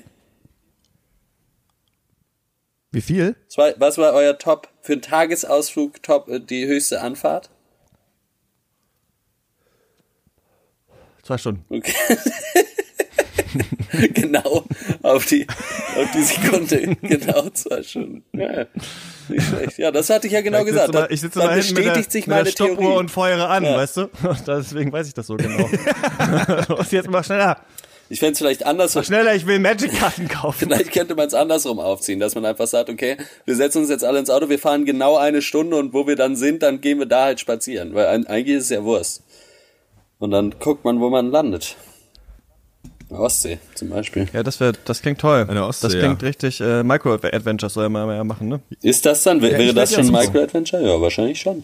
Wie viel? Zwei, was war euer Top für einen Tagesausflug, Top, äh, die höchste Anfahrt? Zwei Stunden. Okay. Genau auf die, auf die Sekunde. Genau zwei Stunden. Ja, nicht schlecht. Ja, das hatte ich ja genau Ich gesagt. sitze mal, ich sitze Dann mal hinten bestätigt mit der, sich mit meine der Stoppuhr Theorie. und feuere an, Ja. weißt du? Deswegen weiß ich das so genau. Und jetzt mal schneller. Ich fände es vielleicht andersrum. Mach schneller, ich will Magic-Karten kaufen. Vielleicht könnte man es andersrum aufziehen, dass man einfach sagt, okay, wir setzen uns jetzt alle ins Auto, wir fahren genau eine Stunde und wo wir dann sind, dann gehen wir da halt spazieren. Weil ein- eigentlich ist es ja Wurst. Und dann guckt man, wo man landet. Ostsee zum Beispiel. Ja, das wäre, das klingt toll. An der Ostsee, das klingt ja. richtig, äh, Micro-Adventures soll man ja machen, ne? Ist das dann, wär- Ja, wäre ich das werd schon ja ein zum- Micro-Adventure? Ja, wahrscheinlich schon.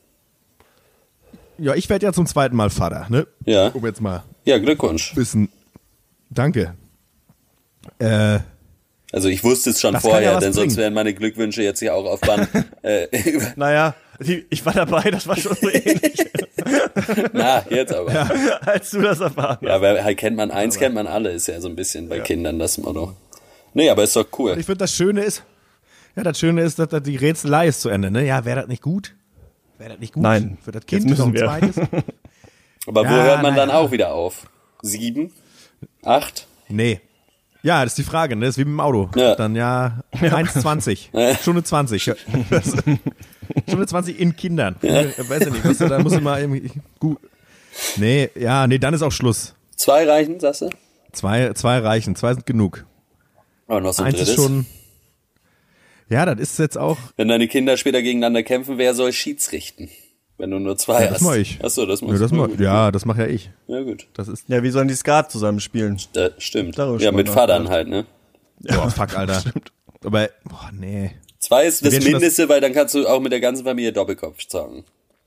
Ja, ich werde ja zum zweiten Mal Vater, ne? Ja. Um jetzt mal Ja, Glückwunsch. ein bisschen. Danke. Äh, Also ich wusste es schon Das kann vorher, ja was denn sonst bringen. wären meine Glückwünsche jetzt hier auch auf Band. äh, über- Naja, die, ich war dabei, das war schon so ähnlich, Na, jetzt aber. Ja, als du das erfahren hast. aber halt kennt man, eins kennt man alle, ist ja so ein bisschen bei Kindern das Motto. Nee, aber ist doch cool. ich finde, das Schöne ist, ja, das Schöne ist, dass, dass die Rätselei ist zu Ende, ne? Ja, wäre das nicht gut? Wäre das nicht gut? Nein. Für das Jetzt Kind müssen noch ein wir. zweites? Aber wo Ja, hört man na dann ja. auch wieder auf? Sieben? Acht? Nee. Ja, das ist die Frage, ne? Das ist wie mit dem Auto. Ja. Dann ja eins zwanzig. Stunde zwanzig. Stunde zwanzig in Kindern. Weiß ich nicht, was, da muss ich mal irgendwie. Gut. Nee, ja, nee, dann ist auch Schluss. Zwei reichen, sagst du? Zwei, zwei reichen, zwei sind genug. Oh, noch so ein Eins drittes. ist schon. Ja, das ist jetzt auch. Wenn deine Kinder später gegeneinander kämpfen, wer soll schiedsrichten? Wenn du nur zwei Ja, hast. das mach ich. Achso, das Ja, machst das du. mach, Gut. ja, das mache ja ich. Ja, gut. Das ist. Ja, wie sollen die Skat zusammenspielen? Da, stimmt. Darüber Ja, schon mit mal Vatern nachgedacht. halt, ne? Boah, fuck, Alter. Aber, boah, nee. Zwei ist das werden schon Mindeste, weil dann kannst du auch mit der ganzen Familie Doppelkopf zocken.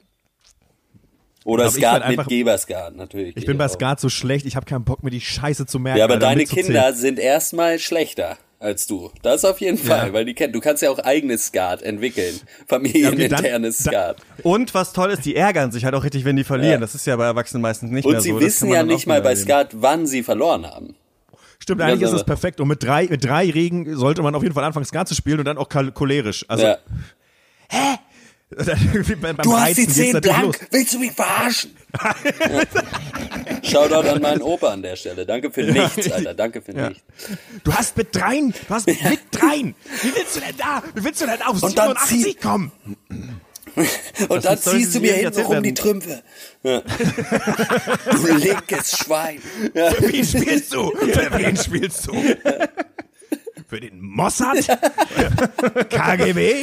Oder Aber ich Skat werd mit einfach- Geberskat, natürlich. Ich bin bei Auch. Skat so schlecht, ich habe keinen Bock, mir die Scheiße zu merken. Ja, aber Alter, deine mitzuzählen. Kinder sind erstmal schlechter als du. Das auf jeden Fall, Ja. weil die kennen, du kannst ja auch eigenes Skat entwickeln. Familieninternes Ja, okay, dann- Skat. Und was toll ist, die ärgern sich halt auch richtig, wenn die verlieren. Ja. Das ist ja bei Erwachsenen meistens nicht Und mehr sie so. Das wissen kann man ja dann auch nicht mal wieder bei erleben. Skat, wann sie verloren haben. Stimmt, eigentlich Ja, ist es so- perfekt. Und mit drei, mit drei Regen sollte man auf jeden Fall anfangen, Skat zu spielen und dann auch kal- cholerisch. Also, Ja. dann irgendwie beim, beim Du hast Reizen die geht's Zehn natürlich blank, los. willst du mich verarschen? Ja. Shoutout an meinen Opa an der Stelle. Danke für nichts, Alter, danke für Ja. nichts. Du hast mit dreien, du hast mit dreien. Wie willst du denn da, wie willst du denn auf Und dann siebenundachtzig kommen? Und dann ziehst du mir hinten rum die Trümpfe. Ja. Du linkes Schwein. Ja. Für wen spielst du? Für wen spielst du? Für den Mossad? K G B?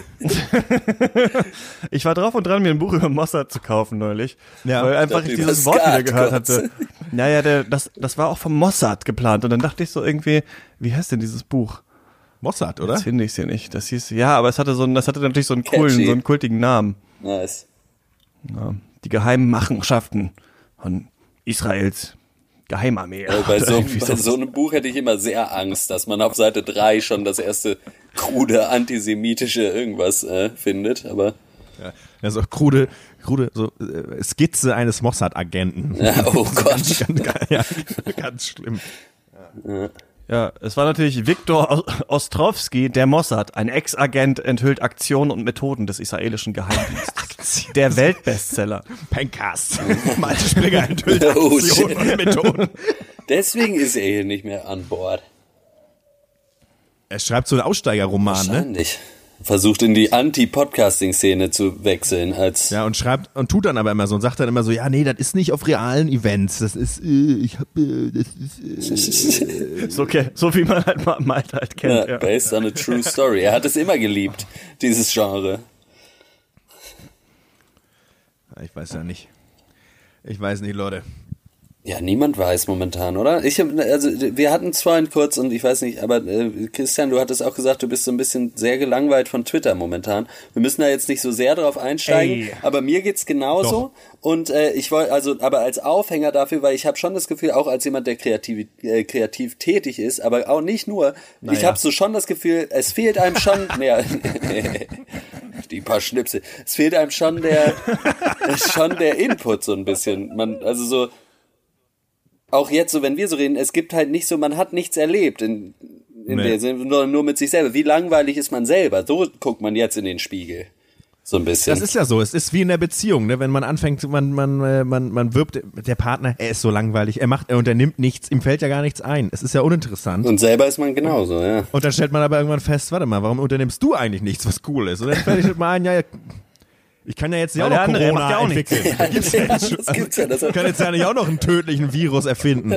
Ich war drauf und dran, mir ein Buch über Mossad zu kaufen neulich, ja. weil einfach ich dieses Wort wieder gehört hatte. Naja, der, das, das war auch vom Mossad geplant und dann dachte ich so irgendwie, wie heißt denn dieses Buch? Mossad, oder? Jetzt finde ich es hier nicht. Das hieß, ja, aber es hatte so einen, das hatte natürlich so einen coolen, Catchy. so einen kultigen Namen. Nice. Ja, die geheimen Machenschaften von Israels Geheimarmee. Also bei so, bei so einem Buch hätte ich immer sehr Angst, dass man auf Seite drei schon das erste krude antisemitische irgendwas äh, findet, aber ja, also krude, krude so äh, Skizze eines Mossad-Agenten. Ja, oh Gott. ganz, ganz, ja, ganz schlimm. Ja. Ja, es war natürlich Viktor Ostrowski, der Mossad, ein Ex-Agent, enthüllt Aktionen und Methoden des israelischen Geheimdienstes. Der Weltbestseller. Pencast. Malte Springer enthüllt Aktionen und Methoden. Deswegen ist er hier nicht mehr an Bord. Er schreibt so einen Aussteigerroman, Wahrscheinlich. Ne? Versucht in die Anti-Podcasting-Szene zu wechseln als ja und schreibt und tut dann aber immer so und sagt dann immer so, ja nee, das ist nicht auf realen Events, das ist äh, ich hab äh, das ist äh, so, okay, so wie man halt mal Malte halt kennt. Ja, ja. Based on a true story. Er hat es immer geliebt, dieses Genre. Ich weiß ja nicht. Ich weiß nicht, Leute. Ja, niemand weiß momentan, oder? Ich hab, also wir hatten es vorhin kurz und ich weiß nicht, aber äh, Christian, du hattest auch gesagt, du bist so ein bisschen sehr gelangweilt von Twitter momentan. Wir müssen da jetzt nicht so sehr drauf einsteigen, Ey. aber mir geht's genauso. Doch. Und äh, ich wollte, also, aber als Aufhänger dafür, weil ich habe schon das Gefühl, auch als jemand, der kreativ, äh, kreativ tätig ist, aber auch nicht nur, naja. ich habe so schon das Gefühl, es fehlt einem schon, naja, die paar Schnipsel, es fehlt einem schon der, schon der Input so ein bisschen. Man, also so auch jetzt so, wenn wir so reden, es gibt halt nicht so, man hat nichts erlebt in, in nee. der Sinne, nur, nur mit sich selber. Wie langweilig ist man selber? So guckt man jetzt in den Spiegel. So ein bisschen. Das ist ja so, es ist wie in der Beziehung, ne? Wenn man anfängt, man, man, man, man wirbt, der Partner, er ist so langweilig, er macht, er unternimmt nichts, ihm fällt ja gar nichts ein. Es ist ja uninteressant. Und selber ist man genauso, ja. Und dann stellt man aber irgendwann fest, warte mal, warum unternimmst du eigentlich nichts, was cool ist? Und dann fällt mal ein, ja, ich kann ja jetzt ja auch noch andere, Corona ja entwickeln. Ja, das ja, das gibt's ja, das ich kann jetzt ja nicht auch noch einen tödlichen Virus erfinden.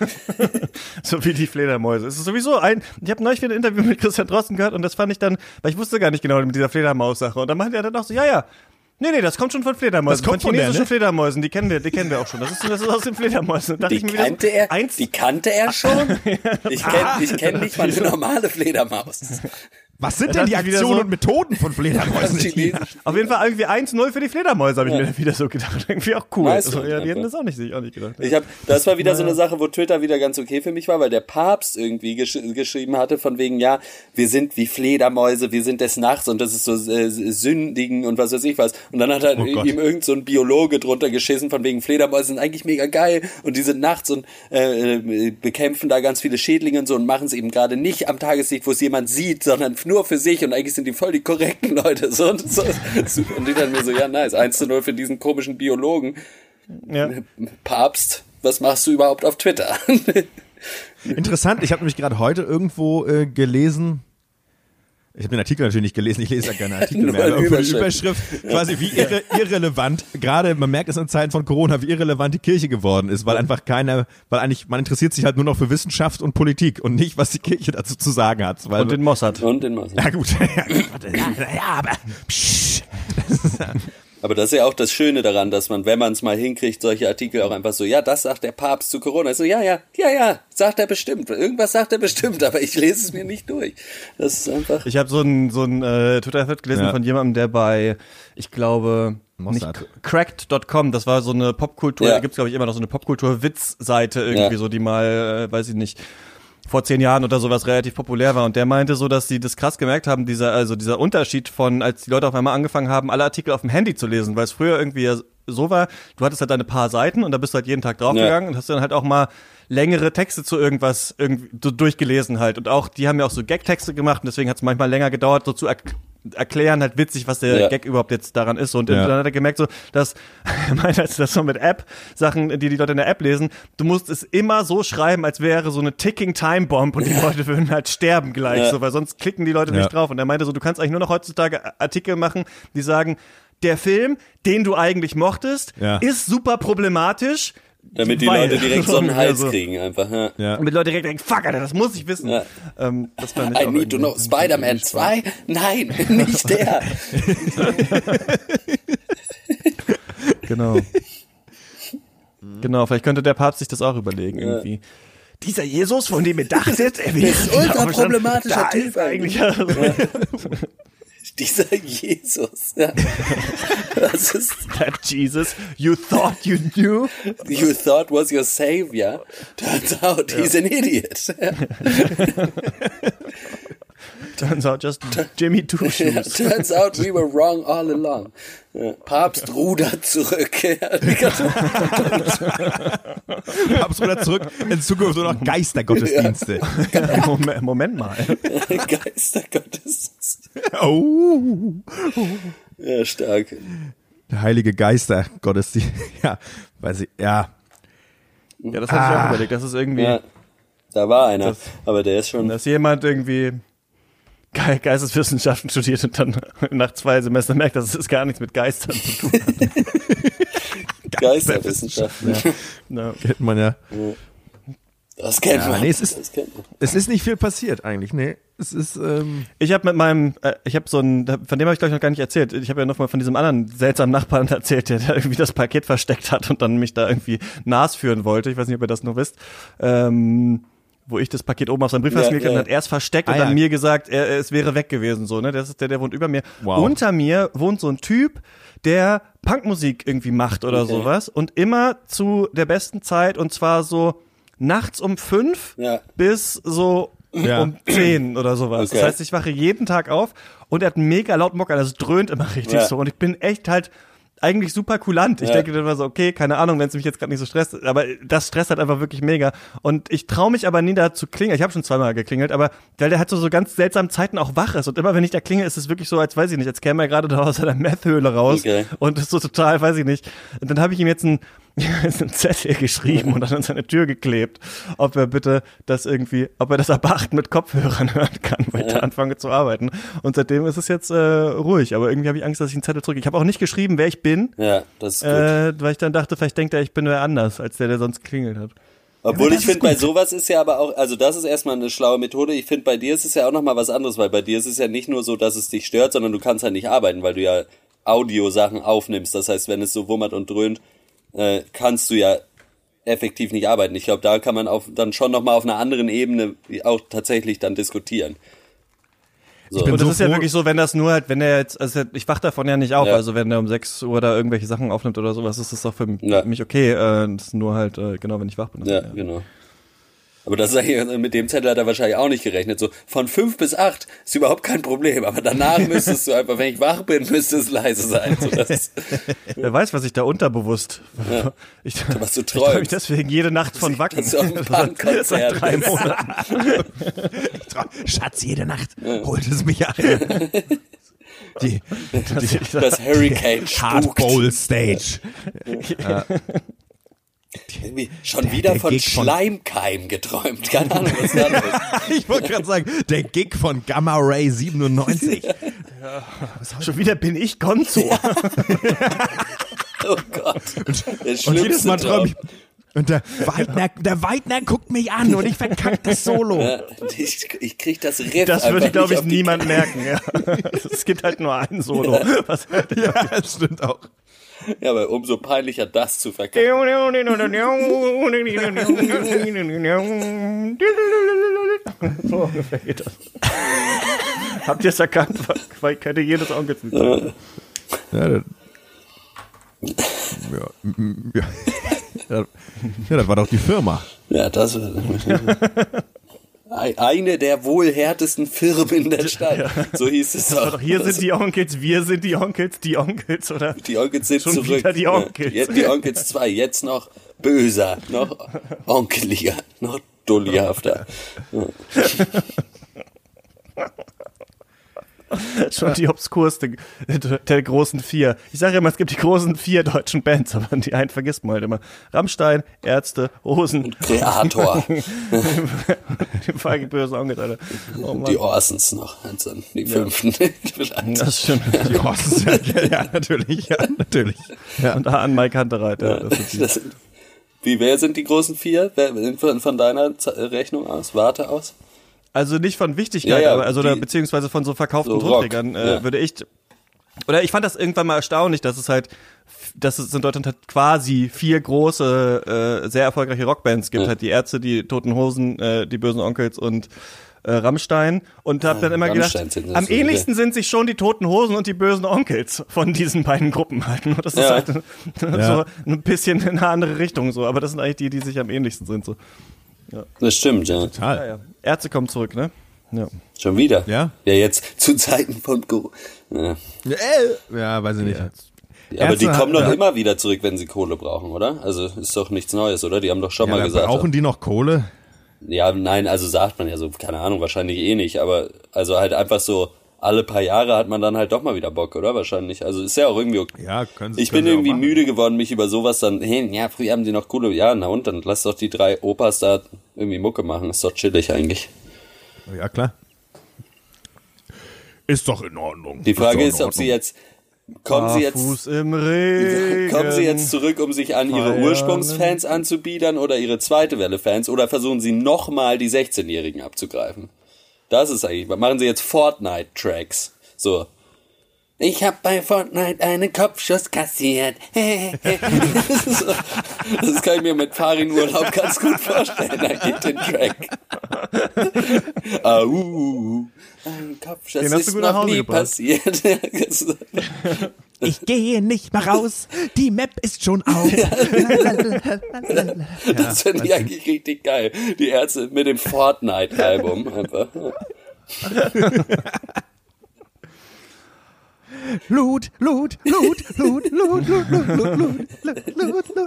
So wie die Fledermäuse. Es ist sowieso ein, ich habe neulich wieder ein Interview mit Christian Drosten gehört und das fand ich dann, weil ich wusste gar nicht genau mit dieser Fledermaus-Sache. Und dann meinte er dann auch so, ja, ja, nee, nee, das kommt schon von Fledermäusen. Das kommt von chinesischen von der, ne? Fledermäusen, die kennen wir, die kennen wir auch schon. Das ist, das ist aus den Fledermäusen. Die kannte er, eins, die kannte er schon? Ich kenne ich kenn nicht mal eine normale Fledermaus. Was sind denn die Aktionen so und Methoden von Fledermäusen? Auf jeden Fall irgendwie eins null für die Fledermäuse, habe ich ja. mir wieder so gedacht. Irgendwie auch cool. Also, ja, die hätten das auch nicht, auch nicht gedacht. Ich hab, das war wieder so eine Sache, wo Twitter wieder ganz okay für mich war, weil der Papst irgendwie gesch- geschrieben hatte von wegen, ja, wir sind wie Fledermäuse, wir sind des Nachts und das ist so äh, Sündigen und was weiß ich was. Und dann hat halt oh ihm irgend so ein Biologe drunter geschissen von wegen Fledermäuse sind eigentlich mega geil und die sind nachts und äh, bekämpfen da ganz viele Schädlinge und so und machen es eben gerade nicht am Tageslicht, wo es jemand sieht, sondern nur für sich und eigentlich sind die voll die korrekten Leute. So, und, so. Und die dann mir so, ja nice, eins zu null für diesen komischen Biologen. Ja. Papst, was machst du überhaupt auf Twitter? Interessant, ich habe nämlich gerade heute irgendwo äh, gelesen, ich habe den Artikel natürlich nicht gelesen, ich lese ja keine Artikel mehr, aber Überschrift, Überschrift quasi wie irre, irrelevant, gerade man merkt es in Zeiten von Corona, wie irrelevant die Kirche geworden ist, weil einfach keiner, weil eigentlich, man interessiert sich halt nur noch für Wissenschaft und Politik und nicht, was die Kirche dazu zu sagen hat. Weil, und den Mossad. Und den Mossad. Ja gut, ja, ja aber psch, das ist ja Aber das ist ja auch das Schöne daran, dass man, wenn man es mal hinkriegt, solche Artikel auch einfach so, ja, das sagt der Papst zu Corona. So, ja, ja, ja, ja, sagt er bestimmt. Irgendwas sagt er bestimmt, aber ich lese es mir nicht durch. Das ist einfach. Ich habe so ein so ein äh, Twitter-Thread gelesen ja. von jemandem, der bei, ich glaube, Mossad. nicht cracked Punkt com, das war so eine Popkultur, ja. da gibt's glaube ich immer noch so eine Popkultur-Witz-Seite irgendwie ja. so, die mal, äh, weiß ich nicht, vor zehn Jahren oder sowas relativ populär war und der meinte so, dass sie das krass gemerkt haben, dieser also dieser Unterschied von, als die Leute auf einmal angefangen haben, alle Artikel auf dem Handy zu lesen, weil es früher irgendwie ja so war, du hattest halt deine paar Seiten und da bist du halt jeden Tag draufgegangen ja. und hast dann halt auch mal längere Texte zu irgendwas irgendwie so durchgelesen halt und auch, die haben ja auch so Gag-Texte gemacht und deswegen hat es manchmal länger gedauert, so zu erklären halt witzig, was der ja. Gag überhaupt jetzt daran ist. Und Ja. dann hat er gemerkt, so, dass, ich meine, als das so mit App-Sachen, die die Leute in der App lesen, du musst es immer so schreiben, als wäre so eine ticking Time Bomb und die ja. Leute würden halt sterben gleich, ja. so, weil sonst klicken die Leute ja. nicht drauf. Und er meinte so, du kannst eigentlich nur noch heutzutage Artikel machen, die sagen, der Film, den du eigentlich mochtest, ja. ist super problematisch. Damit die weil, Leute direkt so einen Hals also, kriegen, einfach. Ja. Ja. Damit die Leute direkt denken, fuck, Alter, das muss ich wissen. Ja. Ähm, das fand ich I auch need to know. irgendwie- Spider-Man zwei? Nein, nicht der. Genau. Genau, vielleicht könnte der Papst sich das auch überlegen, irgendwie. Dieser Jesus, von dem ihr dachtet, er wäre ist ultra problematischer da Typ ist eigentlich. Ja. Dieser Jesus. Ja. Das ist, That Jesus you thought you knew. you thought was your savior. Turns out he's an idiot. Ja. Turns out just Jimmy Two Ja, Shoes. turns out we were wrong all along. Ja. Papst rudert zurück. Ja. Hab's wieder zurück in Zukunft nur noch Geistergottesdienste. Moment, Moment mal. Geistergottesdienst. Oh. Ja, stark. Der heilige Geistergottesdienst. Ja, weiß ich, ja. Ja, das hatte ich auch überlegt. Das ist irgendwie, Ja, da war einer, Das- aber der ist schon. dass jemand irgendwie Ge- Geisteswissenschaften studiert und dann nach zwei Semestern merkt, dass es gar nichts mit Geistern zu tun hat. Geisterwissenschaften. Ja. No. Kennt man ja. Das kennt Ja, man. nee, es ist- das kennt man. Es ist nicht viel passiert eigentlich, nee. Es ist, ähm, Ich habe mit meinem, äh, ich habe so ein, von dem habe ich glaube ich noch gar nicht erzählt. Ich habe ja noch mal von diesem anderen seltsamen Nachbarn erzählt, der, der irgendwie das Paket versteckt hat und dann mich da irgendwie nasführen wollte. Ich weiß nicht, ob ihr das noch wisst. Ähm, wo ich das Paket oben auf seinen Briefkasten Ja, gelegt habe, ja. hat er es versteckt Ah, und dann ja. mir gesagt, er, es wäre weg gewesen, so, ne? Das ist der, der wohnt über mir. Wow. Unter mir wohnt so ein Typ, der Punkmusik irgendwie macht oder Okay. sowas und immer zu der besten Zeit und zwar so nachts um fünf Ja. bis so Ja. um zehn oder sowas. Okay. Das heißt, ich wache jeden Tag auf und er hat mega laut Mucke, das dröhnt immer richtig Ja. so und ich bin echt halt eigentlich super kulant. Ich Ja. denke dann immer so, okay, keine Ahnung, wenn es mich jetzt gerade nicht so stresst, aber das stresst halt einfach wirklich mega. Und ich traue mich aber nie da zu klingeln. Ich habe schon zweimal geklingelt, aber weil der halt so, so ganz seltsamen Zeiten auch wach ist. Und immer wenn ich da klingel, ist es wirklich so, als weiß ich nicht, als käme er gerade da aus seiner Meth-Höhle raus. Okay. Und ist so total, weiß ich nicht. Und dann habe ich ihm jetzt ein einen Zettel geschrieben und dann an seine Tür geklebt, ob er bitte das irgendwie, ob er das ab acht mit Kopfhörern hören kann, weil ich da anfange zu arbeiten. Und seitdem ist es jetzt äh, ruhig, aber irgendwie habe ich Angst, dass ich einen Zettel zurück. Ich habe auch nicht geschrieben, wer ich bin, Ja, das ist gut. äh, weil ich dann dachte, vielleicht denkt er, ich bin wer anders, als der, der sonst geklingelt hat. Obwohl das ich ist finde, bei gut. sowas ist ja aber auch, also das ist erstmal eine schlaue Methode. Ich finde, bei dir ist es ja auch nochmal was anderes, weil bei dir ist es ja nicht nur so, dass es dich stört, sondern du kannst halt nicht arbeiten, weil du ja Audiosachen aufnimmst. Das heißt, wenn es so wummert und dröhnt, äh, kannst du ja effektiv nicht arbeiten. Ich glaube, da kann man auf, dann schon nochmal auf einer anderen Ebene auch tatsächlich dann diskutieren. So. Ich bin Und das so ist ja froh- wirklich so, wenn das nur halt, wenn er jetzt, also ich wach davon ja nicht auf, Ja. also wenn er um sechs Uhr da irgendwelche Sachen aufnimmt oder sowas, ist das doch für Ja. mich okay. Äh, das ist nur halt, äh, genau, wenn ich wach bin. Ja, genau. Aber das ist eigentlich, mit dem Zettel hat er wahrscheinlich auch nicht gerechnet. So, von fünf bis acht ist überhaupt kein Problem, aber danach müsstest du einfach, wenn ich wach bin, müsste es leise sein. So, das ist, Wer weiß, was ich da unterbewusst. Ja. Ich, was du ich träume mich träumst. deswegen jede Nacht von Wacken. Dass du auf einem Punkkonzert Seit drei bist. Monaten. Schatz, jede Nacht holt es mich ein. Die, die Das Hurricane Hard spukt. Bowl Stage. Irgendwie schon wieder der von Gig von- Schleimkeim geträumt. Keine Ahnung, was da los ist. Ich wollte gerade sagen, der Gig von Gamma Ray siebenundneunzig. Schon wieder bin ich Gonzo. Oh Gott. Der Und jedes Mal schlimmste träume ich. Traum. Und der Weidner, der Weidner guckt mich an und ich verkack das Solo. Ja, ich, ich krieg das Riff Das einfach würde, glaube nicht ich, auf die niemand merken. Ja. Es gibt halt nur ein Solo. Was Ja, das stimmt auch. Ja, aber umso peinlicher das zu verkacken. So ungefähr geht das. Habt ihr es erkannt? Weil ich kenne jedes Onkelslied. Ja, das, ja, m- ja. Ja, das war doch die Firma. Ja, das eine der wohl härtesten Firmen der Stadt. So hieß es Aber auch. doch hier sind die Onkels, wir sind die Onkels, die Onkels, oder? Die Onkels sind Schon zurück. wieder die Onkels. Ja, jetzt die Onkels zwei, jetzt noch böser, noch onkeliger, noch dullihafter. schon die obskurste der, der großen vier. Ich sage immer, es gibt die großen vier deutschen Bands, aber die einen vergisst man halt immer. Rammstein, Ärzte, Hosen. Und Kreator. Die Feige böse Onkel, Alter. Oh, Und die Orsons noch. Also die Ja. fünften. Das stimmt. Die Orsons, ja, ja, natürlich, ja, natürlich. Ja. Und da an Mike Hunterreit. Ja, das sind die. Das sind, wie, wer sind die großen vier? Wer, von, von deiner Z- Rechnung aus? Warte aus? Also nicht von Wichtigkeit, Ja, ja, aber also oder die- beziehungsweise von so verkauften so Rock, Tonträgern äh, ja. würde ich oder ich fand das irgendwann mal erstaunlich, dass es halt dass es in Deutschland halt quasi vier große äh, sehr erfolgreiche Rockbands gibt, Ja. halt die Ärzte, die Toten Hosen, äh, die Bösen Onkels und äh, Rammstein und habe dann immer Rammstein gedacht, sind das am so, ähnlichsten sind sich schon die Toten Hosen und die Bösen Onkels von diesen beiden Gruppen halt. Und das ist Ja. halt Ja. so ein bisschen in eine andere Richtung so, aber das sind eigentlich die, die sich am ähnlichsten sind so. Das stimmt, ja. Total. Ja, ja. Ärzte kommen zurück, ne? Ja. Schon wieder? Ja? Ja, jetzt zu Zeiten von Go. Ja. Ja, weiß ich nicht. Ja, aber die Ärzte kommen haben- doch ja. immer wieder zurück, wenn sie Kohle brauchen, oder? Also ist doch nichts Neues, oder? Die haben doch schon Ja, mal aber gesagt. brauchen die noch Kohle? Ja, nein, also sagt man ja so, keine Ahnung, wahrscheinlich eh nicht, aber also halt einfach so, alle paar Jahre hat man dann halt doch mal wieder Bock, oder? Wahrscheinlich. Also ist ja auch irgendwie okay. Ja, können sie Ich können bin sie auch irgendwie machen. müde geworden, mich über sowas dann, hey, ja, früher haben die noch Kohle. Ja, na und, dann lass doch die drei Opas da irgendwie Mucke machen. Ist doch chillig eigentlich. Ja, klar. Ist doch in Ordnung. Die Frage doch ist, in ob sie Ordnung. jetzt, kommen sie Fuß jetzt, im Regen. kommen sie jetzt zurück, um sich an ihre Feiern. Ursprungsfans anzubiedern oder ihre zweite Welle Fans oder versuchen sie nochmal die sechzehnjährigen abzugreifen? Das ist eigentlich, machen sie jetzt Fortnite-Tracks. So. Ich hab bei Fortnite einen Kopfschuss kassiert. das, das kann ich mir mit Farin-Urlaub ganz gut vorstellen. Da geht den Track. Au, ein Kopfschuss Den hast du ist gut nach noch Hause nie gebracht. passiert. Ich gehe nicht mehr raus, die Map ist schon auf. Das finde ich eigentlich richtig geil. Die Ärzte mit dem Fortnite-Album einfach. Lut, Lut, Lut, Lut, Lut, Lut, Lut, Lut, Lut, Lut, Lut, Lut, Lut,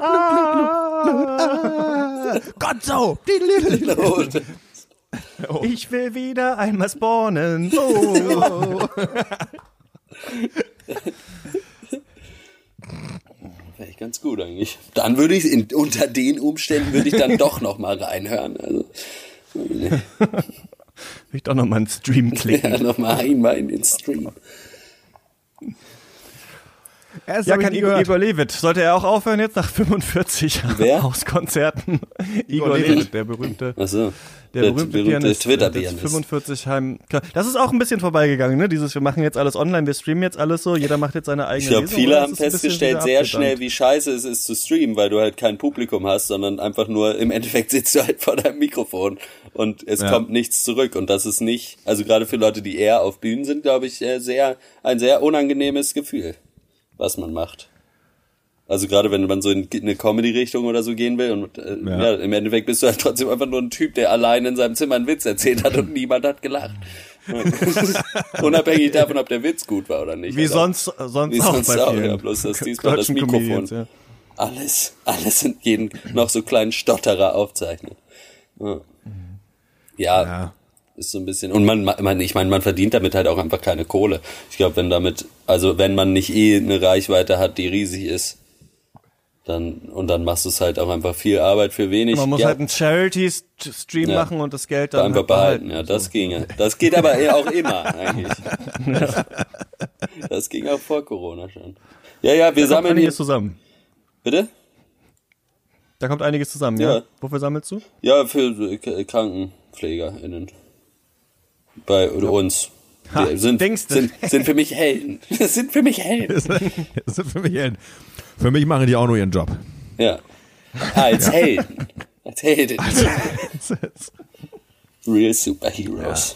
ah. Gott so. Ich will wieder einmal spawnen. Oh. Wäre ich ganz gut eigentlich. Dann würde ich in, unter den Umständen würde ich dann doch noch mal reinhören. Also, Will ich doch noch mal einen Stream klicken. ja, noch mal einmal in den Stream. Das Ja, hab ich kann nie Igor, gehört. Igor Levit. Sollte er auch aufhören jetzt nach fünfundvierzig Wer? Hauskonzerten? Igor Levit. Levit, der berühmte, Ach so. der Der berühmte, berühmte Pianist. Twitter-Pianist. Der jetzt fünfundvierzig Heim. Das ist auch ein bisschen vorbeigegangen, ne? Dieses, wir machen jetzt alles online, wir streamen jetzt alles so, jeder macht jetzt seine eigene Ich glaube, Lesung, viele oder? haben Das ist ein bisschen festgestellt wieder sehr abgedankt. schnell, wie scheiße es ist zu streamen, weil du halt kein Publikum hast, sondern einfach nur, im Endeffekt sitzt du halt vor deinem Mikrofon und es Ja. kommt nichts zurück. Und das ist nicht, also gerade für Leute, die eher auf Bühnen sind, glaube ich, äh, sehr, ein sehr unangenehmes Gefühl, was man macht. Also gerade wenn man so in eine Comedy-Richtung oder so gehen will und äh, ja. Ja. im Endeffekt bist du halt trotzdem einfach nur ein Typ, der allein in seinem Zimmer einen Witz erzählt hat und niemand hat gelacht. Unabhängig davon, ob der Witz gut war oder nicht. Wie Also, sonst, sonst wie auch sonst bei auch, vielen ja, bloß dass diesmal das deutschen Mikrofon Comedians, ja. alles, alles sind jeden noch so kleinen Stotterer aufzeichnet. Ja, ja, Ja. ist so ein bisschen, und man, man ich meine, man verdient damit halt auch einfach keine Kohle. Ich glaube, wenn damit, also wenn man nicht eh eine Reichweite hat, die riesig ist, dann, und dann machst du es halt auch einfach viel Arbeit für wenig. Man muss ja, halt einen Charity-Stream Ja. machen und das Geld dann einfach halt behalten. behalten. Ja, das ginge. Das geht aber eh auch immer, eigentlich. Das ging auch vor Corona schon. Ja, ja, wir Da kommt sammeln hier, einiges zusammen. bitte? Da kommt einiges zusammen, ja? Ja. Wofür sammelst du? Ja, für K- KrankenpflegerInnen. Bei uns. Ha, Die sind, denkst du? sind, sind für mich Helden. Das sind für mich Helden. Das ist für mich, Helden. Für mich machen die auch nur ihren Job. Ja. Als Helden. Als Helden. Real Superheroes.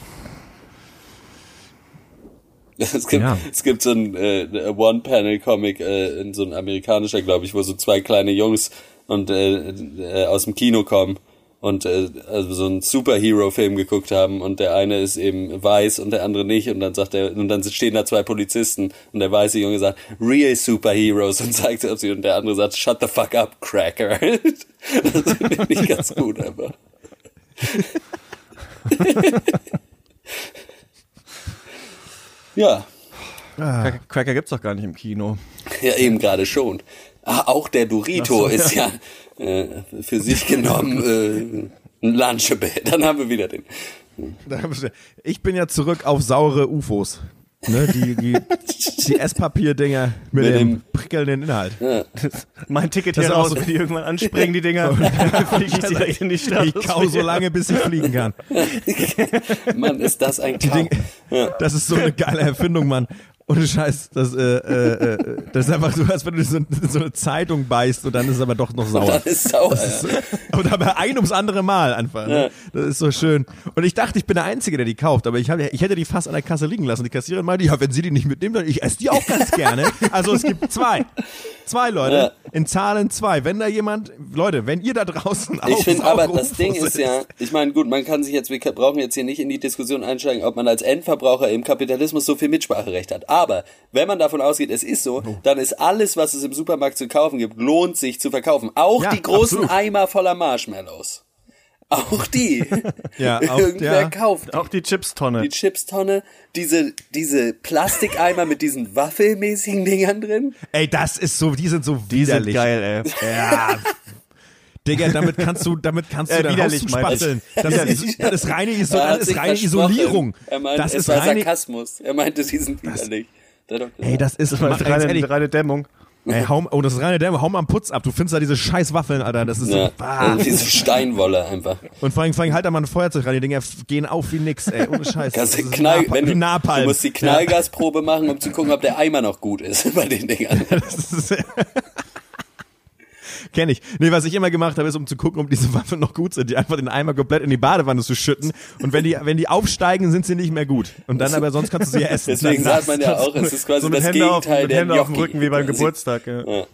Es gibt, Ja. es gibt so ein äh, One-Panel-Comic, äh, so ein amerikanischer, glaube ich, wo so zwei kleine Jungs und äh, äh, aus dem Kino kommen und äh, also so einen Superhero-Film geguckt haben und der eine ist eben weiß und der andere nicht und dann sagt er, und dann stehen da zwei Polizisten und der weiße Junge sagt Real Superheroes und zeigt auf sie und der andere sagt Shut the fuck up, Cracker. Das finde ich ganz gut einfach. Ja, Ah. Cracker, Cracker gibt's doch gar nicht im Kino. Ja, eben gerade schon. Ah, auch der Dorito so, ist ja, ja äh, für sich genommen äh, ein Lunchable. Dann haben wir wieder den. Ich bin ja zurück auf saure U F Os. Ne, die, die, die Esspapier-Dinger mit, mit dem, dem prickelnden Inhalt. Ja. Das, mein Ticket hier raus, so, wenn die irgendwann anspringen, die Dinger, dann fliege ich direkt in die Stadt. Ich kau so lange, bis ich fliegen kann. Mann, ist das ein Traum. Ja. Das ist so eine geile Erfindung, Mann. Ohne Scheiß, das, äh, äh, das ist einfach so, als wenn du so, so eine Zeitung beißt und dann ist es aber doch noch sauer. Und dann ist sauer, das ist, aber dabei ein ums andere Mal einfach. Ne? Ja. Das ist so schön. Und ich dachte, ich bin der Einzige, der die kauft, aber ich, hab, ich hätte die fast an der Kasse liegen lassen. Die Kassiererin meinte, ja, wenn sie die nicht mitnehmen, dann ich esse die auch ganz gerne. Also es gibt zwei. Zwei Leute, ja. In Zahlen zwei. Wenn da jemand, Leute, wenn ihr da draußen auch Ich finde aber, das Ding ist ja, ich meine, gut, man kann sich jetzt, wir brauchen jetzt hier nicht in die Diskussion einsteigen, ob man als Endverbraucher im Kapitalismus so viel Mitspracherecht hat. Aber wenn man davon ausgeht, es ist so, oh. dann ist alles, was es im Supermarkt zu kaufen gibt, lohnt sich zu verkaufen. Auch ja, die großen absolut. Eimer voller Marshmallows. Auch die. Ja, auch, Irgendwer ja. kauft. Auch die Chipstonne. Die Chipstonne, diese, diese Plastikeimer mit diesen waffelmäßigen Dingern drin. Ey, das ist so, die sind so die widerlich. Die sind geil, ey. Ja. Digga, damit kannst du, damit kannst du äh, dein Haus spachteln. Das ist, das ist reine, Iso- das ist reine Isolierung. Er meint, das es ist war reine Sarkasmus. Er meinte, die sind widerlich. Ey, das ist, das war reine, ehrlich, reine Dämmung. Ey, hau, oh, das ist reine Dämmung, hau mal am Putz ab. Du findest da diese scheiß Waffeln, Alter. Das ist ja, so, ah. also diese Steinwolle einfach. Und vor allem, vor allem halt da mal ein Feuerzeug rein. Die Dinger gehen auf wie nix, ey. Ohne Scheiß. Kannst du, Knall, Nap- wenn du, Napalm. du musst die Knallgasprobe ja. machen, um zu gucken, ob der Eimer noch gut ist bei den Dingern. Das ist, kenn ich. Nee, was ich immer gemacht habe, ist, um zu gucken, ob diese Waffen noch gut sind, die einfach den Eimer komplett in die Badewanne zu schütten. Und wenn die, wenn die aufsteigen, sind sie nicht mehr gut. Und dann aber sonst kannst du sie ja essen. Deswegen sagt man ja auch, es ist quasi so das Hände Gegenteil auf, der Hände auf dem Rücken wie beim Geburtstag. Ja. Ja.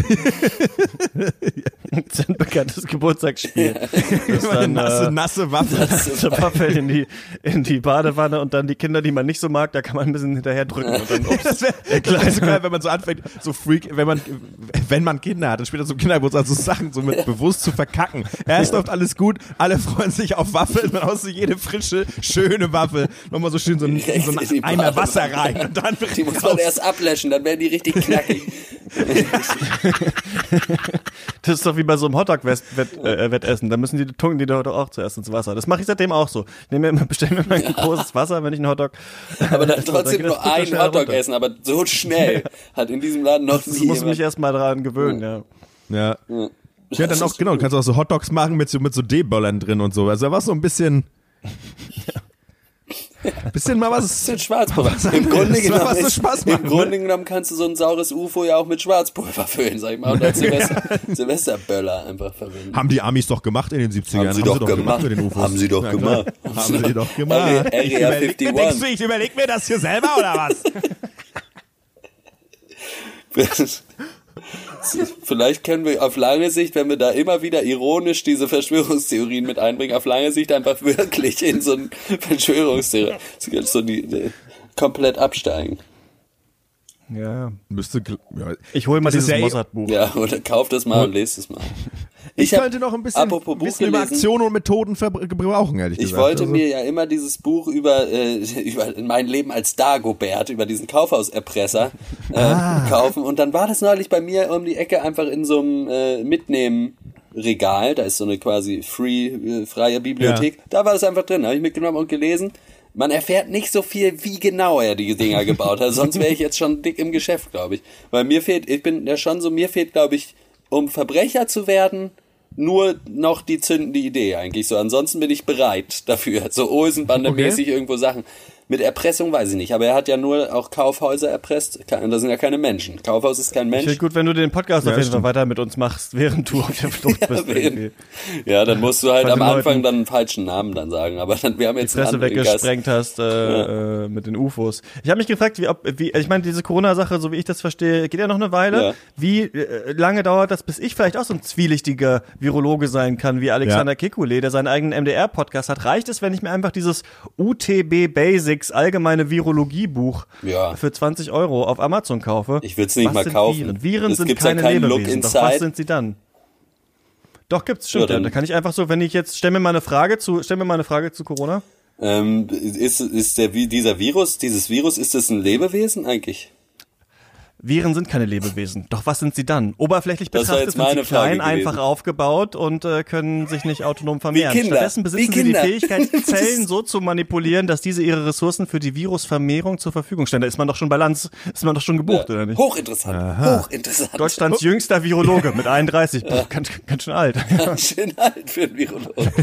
Das ist ein bekanntes Geburtstagsspiel. Das dann, nasse, äh, nasse Waffe. Nasse Waffe in die, in die Badewanne und dann die Kinder, die man nicht so mag, da kann man ein bisschen hinterher drücken. Und dann, ups. Das wäre klar, so geil, wenn man so anfängt, so freak, wenn man, wenn man Kinder hat, dann später so Kindergeburtstag, so Sachen so mit bewusst zu verkacken. Erst läuft alles gut, alle freuen sich auf Waffeln, dann haust du jede frische, schöne Waffe nochmal so schön so ein, so ein Eimer Wasser rein und dann wird die muss man erst ablöschen, dann werden die richtig knackig. Das ist doch wie bei so einem Hotdog-Wettessen. Da müssen die tunken die doch auch zuerst ins Wasser. Das mache ich seitdem auch so. Ich nehme mir immer, bestelle mir mal ein ja. großes Wasser, wenn ich einen Hotdog. Aber dann trotzdem nur einen Hotdog runter. Essen, aber so schnell hat in diesem Laden noch nie. Ich muss mich erst mal dran gewöhnen, ja. Ja. Ja, ja dann auch, genau, du kannst auch so Hotdogs machen mit so, mit so D-Böllern drin und so. Also da war so ein bisschen. Ja. Bisschen mal was. Bisschen Schwarzpulver. Im Grunde genommen, was so Spaß macht, im Grunde genommen kannst du so ein saures U F O ja auch mit Schwarzpulver füllen, sag ich mal. Und als Silvester, Silvesterböller einfach verwenden. Haben die Amis doch gemacht in den siebzigern. Haben sie, Haben doch, sie doch gemacht. gemacht mit den U F Os. Haben sie doch ja, gemacht. Haben sie doch gemacht. Ich überleg, mir, denkst du, ich überleg mir das hier selber oder was? Vielleicht können wir auf lange Sicht, wenn wir da immer wieder ironisch diese Verschwörungstheorien mit einbringen, auf lange Sicht einfach wirklich in so ein Verschwörungstheorie, so die, die komplett absteigen. Ja. Müsste, ja. Ich hole mal das dieses ja Mossad-Buch. Ja, oder kauf das mal und lest es mal. Ich, ich könnte noch ein bisschen, ein bisschen über Aktionen und Methoden gebrauchen, ehrlich ich gesagt. Ich wollte also. mir ja immer dieses Buch über, äh, über mein Leben als Dagobert, über diesen Kaufhauserpresser äh, ah. kaufen. Und dann war das neulich bei mir um die Ecke einfach in so einem äh, Mitnehmen-Regal. Da ist so eine quasi free, äh, freie Bibliothek. Ja. Da war das einfach drin. Da habe ich mitgenommen und gelesen. Man erfährt nicht so viel, wie genau er die Dinger gebaut hat. Sonst wäre ich jetzt schon dick im Geschäft, glaube ich. Weil mir fehlt, ich bin ja schon so, mir fehlt, glaube ich, um Verbrecher zu werden, nur noch die zündende Idee eigentlich so. Ansonsten bin ich bereit dafür. So Olsenbande-mäßig okay. irgendwo Sachen. Mit Erpressung weiß ich nicht, aber er hat ja nur auch Kaufhäuser erpresst. Das sind ja keine Menschen. Kaufhaus ist kein Mensch. Ich finde gut, wenn du den Podcast ja, auf jeden Fall weiter mit uns machst, während du auf der Flucht ja, bist. Irgendwie. Ja, dann musst du halt am Anfang Leuten dann einen falschen Namen dann sagen. Aber dann, wir haben jetzt die Fresse weggesprengt hast äh, ja. äh, mit den U F Os. Ich habe mich gefragt, wie, ob, wie, ich meine, diese Corona-Sache, so wie ich das verstehe, geht ja noch eine Weile. Ja. Wie äh, lange dauert das, bis ich vielleicht auch so ein zwielichtiger Virologe sein kann, wie Alexander ja. Kekulé, der seinen eigenen M D R-Podcast hat? Reicht es, wenn ich mir einfach dieses U T B Basics allgemeine Virologie-Buch ja. für zwanzig Euro auf Amazon kaufe? Ich will es nicht was mal kaufen. Viren, Viren sind keine ja Lebewesen. Doch was sind sie dann? Doch, gibt's, stimmt. Ja, ja. Da kann ich einfach so, wenn ich jetzt, stell mir mal eine Frage zu, stell mir mal eine Frage zu Corona. Ähm, ist, ist der, wie dieser Virus, dieses Virus, ist das ein Lebewesen eigentlich? Viren sind keine Lebewesen. Doch was sind sie dann? Oberflächlich Das war betrachtet jetzt sind sie meine Frage klein, gewesen. einfach aufgebaut und äh, können sich nicht autonom vermehren. Kinder. Stattdessen besitzen Wie sie die Kinder. Fähigkeit, Zellen so zu manipulieren, dass diese ihre Ressourcen für die Virusvermehrung zur Verfügung stellen. Da ist man doch schon bei Lanz, ist man doch schon gebucht, Ja. oder nicht? Hochinteressant. Aha. Hochinteressant. Deutschlands jüngster Virologe mit einunddreißig. Boah, ganz, ganz schön alt. Ganz schön alt für einen Virologen.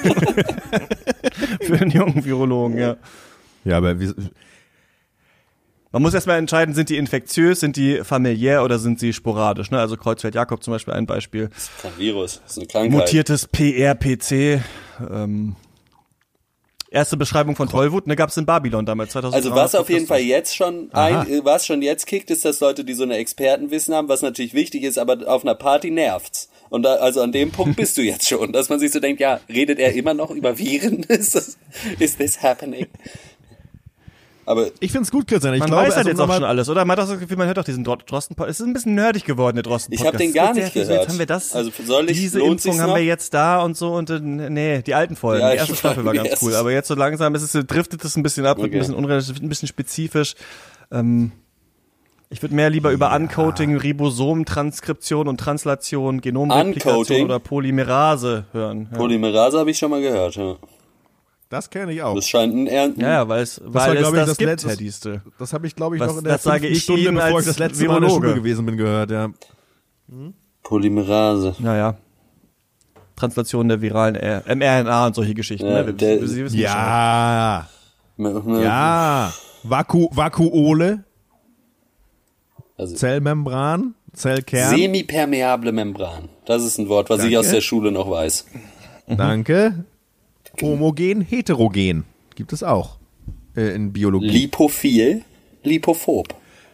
Für einen jungen Virologen, ja. Ja, aber wie, Man muss erstmal entscheiden, sind die infektiös, sind die familiär oder sind sie sporadisch. Ne? Also Kreuzfeld-Jakob zum Beispiel ein Beispiel. Das ist kein Virus, das ist eine Krankheit. Mutiertes P R P C. Ähm, erste Beschreibung von Tollwut, ne, gab es in Babylon damals, zweitausenddrei. Also was auf jeden Fall jetzt schon Aha. ein, was schon jetzt kickt, ist, dass Leute, die so eine Expertenwissen haben, was natürlich wichtig ist, aber auf einer Party nervt's. Und da, also an dem Punkt bist du jetzt schon, dass man sich so denkt, ja, redet er immer noch über Viren? Ist das, is this happening? Aber ich find's gut, Christian. Ich Man glaube, weiß halt also jetzt auch nochmal- schon alles, oder? Man hat auch das Gefühl, man hört auch diesen Dro- Drosten. Es ist ein bisschen nerdig geworden, der Drosten. Ich hab den gar nicht gehört. Jetzt haben wir das. Also soll ich- diese lohnt Impfung sich's haben noch? wir jetzt da und so und äh, nee, die alten Folgen. Ja, die ich erste Staffel war die ganz erste- cool, aber jetzt so langsam ist es, driftet es ein bisschen ab, wird Okay. ein bisschen unrealistisch, ein bisschen spezifisch. Ähm, ich würde mehr lieber über Uncoating, Ribosomentranskription und Translation, Genomreplikation Uncoating? oder Polymerase hören. Ja. Polymerase habe ich schon mal gehört. Ja. Das kenne ich auch. Das scheint ein eher, Ja, ja, weil es, war, weil es glaub ich, das, das gibt, letzte- Herr Diestel. Das habe ich, glaube ich, Was- noch in der das sage fünften ich Stunde, Ihnen bevor als ich das letzte Mal in der Virologe. Schule gewesen bin, gehört, ja. Polymerase. Naja. Translation der viralen R- mRNA und solche Geschichten. Ja, ne? Wir- der- Sie wissen Bescheid. Ja, Ja. ja. Vaku, Vakuole, Also Zellmembran, Zellkern. semipermeable Membran. Das ist ein Wort, was ich Danke. aus der Schule noch weiß. Danke. Homogen, heterogen. Gibt es auch äh, in Biologie. Lipophil, lipophob.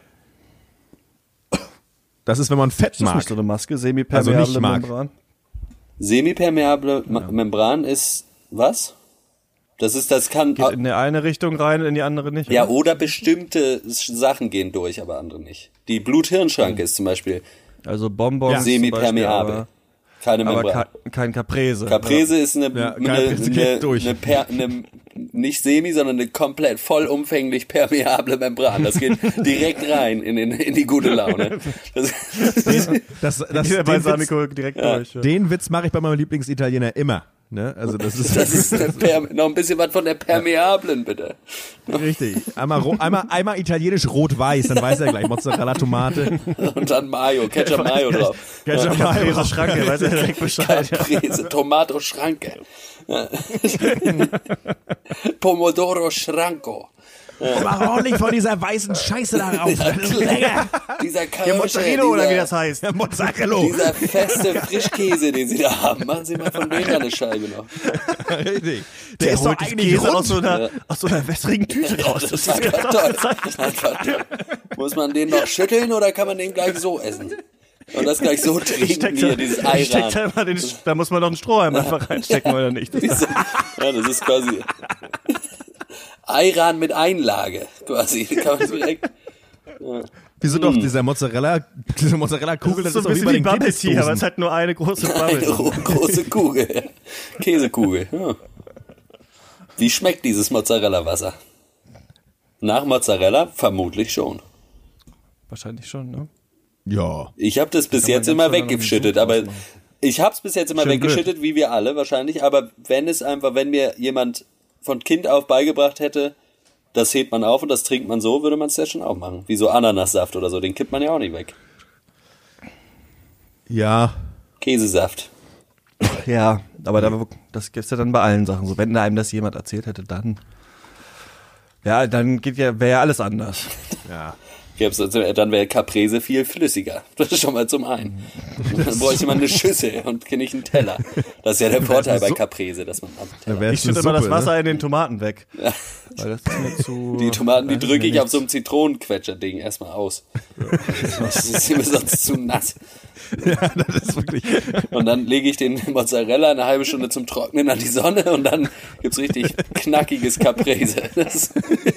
Das ist, wenn man Fett Ist das mag. nicht so eine Maske? Also Semipermeable nicht mag. Membran? Semipermeable Ma- Membran ist was? Das ist, das kann, Geht in die eine Richtung rein, in die andere nicht. ja, oder? oder bestimmte Sachen gehen durch, aber andere nicht. Die Blut-Hirn-Schranke ist zum Beispiel Also Bonbons Ja. zum Beispiel, semipermeable. aber, Keine aber Membran. kein, kein Caprese. Caprese ist eine, Ja, eine, Caprese geht eine, durch. eine, per, eine nicht semi, sondern eine komplett vollumfänglich permeable Membran. Das geht direkt rein in, in, in die gute Laune. Das, Das, das, Dieser den, Witz, Balsamico direkt durch. Ja. den Witz mache ich bei meinem Lieblingsitaliener immer. Ne? Also das ist, das ist eine per, noch ein bisschen was von der permeablen, bitte. richtig. Einmal, ro- einmal, einmal italienisch rot-weiß, dann weiß er gleich. Mozzarella, Tomate, Und dann Mayo, Ketchup Mayo drauf. Ketchup, Caprese Mayo. Schranke, weiß er direkt Bescheid. Ja. Caprese, Tomato Schranke. Ja. Pomodoro Schranko. Mach ordentlich von dieser weißen Scheiße da raus. Das ist lecker. Dieser Der Kirsche, Mozzarella oder wie dieser, das heißt. Mozzarella. dieser feste Frischkäse, den sie da haben. Machen Sie mal von dem eine Scheibe noch. Richtig. Der, Der ist doch holt die eigentlich Käse rund. aus so einer, aus so einer wässrigen Tüte raus. Das ist ganz Einfach toll. toll. Einfach toll. Muss man den noch schütteln oder kann man den gleich so essen? Und das gleich so trinken, Steckt wie da, dieses steckt da, Ayran. immer den, da muss man noch einen Strohhalm einfach reinstecken oder nicht. Das ist, Ja, das ist quasi Ayran mit Einlage, quasi. Kann man direkt. Wieso Hm. doch, dieser Mozzarella, diese Mozzarella-Kugel, das das ist so ist ein doch wie bisschen bei wie den Bubble Tea, aber es Kindesdosen. hat nur eine große Eine Bubble. gro- große Kugel. ja. Käsekugel. Ja. Wie schmeckt dieses Mozzarella-Wasser? Nach Mozzarella? Vermutlich schon. Wahrscheinlich schon, ne? Ja. Ich habe das bis Kann man jetzt ganz immer schön weggeschüttet, noch aber einen Sud ich habe es bis jetzt immer Schön weggeschüttet, wie wir alle wahrscheinlich. Aber wenn es einfach, wenn mir jemand von Kind auf beigebracht hätte, das hebt man auf und das trinkt man so, würde man es ja schon auch machen. Wie so Ananassaft oder so, den kippt man ja auch nicht weg. Ja. Käsesaft. Ja, aber da, das gibt's ja dann bei allen Sachen so. Wenn einem das jemand erzählt hätte, dann. Ja, dann geht ja, wäre ja alles anders. Ja. Gäb's- Dann wäre Caprese viel flüssiger. Das ist schon mal zum einen. Dann bräuchte man eine Schüssel und nicht einen Teller. Das ist ja der Vorteil bei so- Caprese, dass man am Da Teller. wär's Ich schütte eine immer das Suppe, Wasser ne? in den Tomaten weg. Weil das ist mir zu. Die Tomaten, die das ist drücke mir ich auf nichts. so einem Zitronenquetscher-Ding erstmal aus. Das ist mir sonst zu nass. Ja, das ist wirklich. Und dann lege ich den Mozzarella eine halbe Stunde zum Trocknen an die Sonne und dann gibt's richtig knackiges Caprese. Das,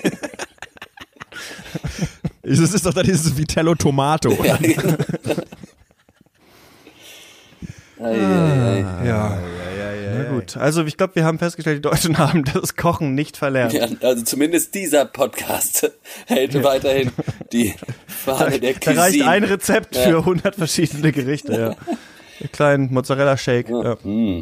Das ist doch dann dieses Vitello Tomato. ja, genau. Ei, ei, ei. Ja. ja, ja, ja, Na gut. Also ich glaube, wir haben festgestellt, die Deutschen haben das Kochen nicht verlernt. Ja, also zumindest dieser Podcast hält weiterhin die Fahne der Cuisine. Da reicht ein Rezept Ja. für hundert verschiedene Gerichte, ja. Einen kleinen Mozzarella-Shake. Ja. Mm.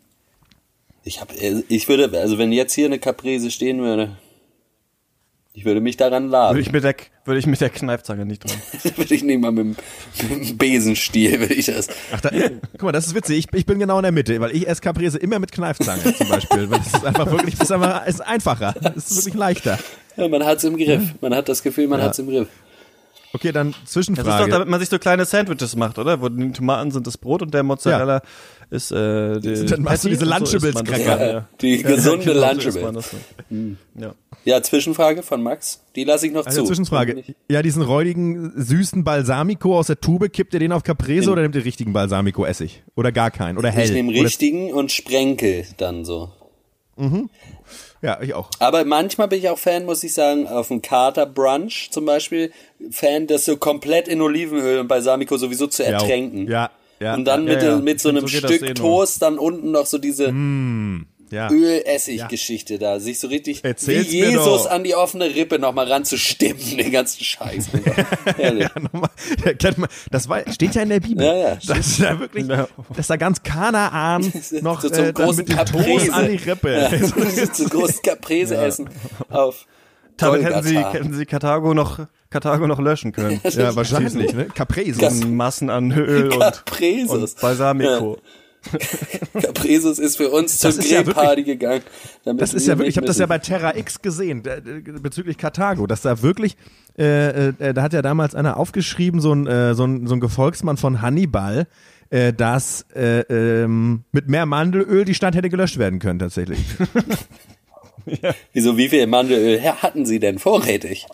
Ich hab, ich würde, also wenn jetzt hier eine Caprese stehen würde, ich würde mich daran laben. Würde ich mit der, würde ich mit der Kneifzange nicht dran. würde ich nicht mal mit dem, mit dem Besenstiel, würde ich das. Ach, da, guck mal, das ist witzig. Ich, ich bin genau in der Mitte, weil ich esse Caprese immer mit Kneifzange zum Beispiel. Weil es ist einfach wirklich, es ist einfach, es ist einfacher. Es ist wirklich leichter. Ja, man hat's im Griff. Man hat das Gefühl, man Ja. hat's im Griff. Okay, dann Das ist doch, Zwischenfrage. damit man sich so kleine Sandwiches macht, oder? Wo die Tomaten sind das Brot und der Mozzarella ist äh, die Dann machst du Patty diese und so isst man das Lunchables-Cracker. dann, ja. Die gesunde genau, so Lunchable. isst man das dann. Ja. Ja, Zwischenfrage von Max. Die lasse ich noch Also zu. Zwischenfrage. Ja, diesen räudigen, süßen Balsamico aus der Tube, kippt ihr den auf Caprese In- oder nehmt ihr richtigen Balsamico-Essig? Oder gar keinen? Oder hell? Ich nehme Oder- richtigen und sprenkel dann so. Ja, ich auch. Aber manchmal bin ich auch Fan, muss ich sagen, auf dem Kater-Brunch zum Beispiel, Fan, das so komplett in Olivenöl und Balsamico sowieso zu ertränken. Ja, ja. Und dann ja, mit, ja, ja. mit so einem So geht das Stück eh nur. Toast dann unten noch so diese ja. Öl-Essig-Geschichte da. Sich so richtig Erzähl's wie mir Jesus doch. an die offene Rippe nochmal ranzustimmen, den ganzen Scheiß. Ehrlich. Ja, nochmal, ja, kennt man, das war, steht ja in der Bibel. Ja, ja, das ist ja wirklich, Ja. dass da ganz Kanaan noch So zum äh, dann großen mit dem Caprese. Toast an die Rippe. Ja, zu großen Caprese essen auf Damit hätten sie, Golgatha. hätten sie Karthago noch, Karthago noch löschen können. Ja, wahrscheinlich, ne? Caprese. Gas- In Massen an Öl und, Capresus. und Balsamico. Capresus ist für uns zur Das ist ja Grillparty gegangen. damit Das ist wir ja wirklich, ich nicht habe das ja müssen. bei Terra X gesehen, äh, äh, bezüglich Karthago, dass da wirklich, äh, äh, da hat ja damals einer aufgeschrieben, so ein, äh, so ein, so ein Gefolgsmann von Hannibal, äh, dass äh, ähm, mit mehr Mandelöl die Stadt hätte gelöscht werden können tatsächlich. Wieso, wie viel Mandelöl hatten sie denn vorrätig?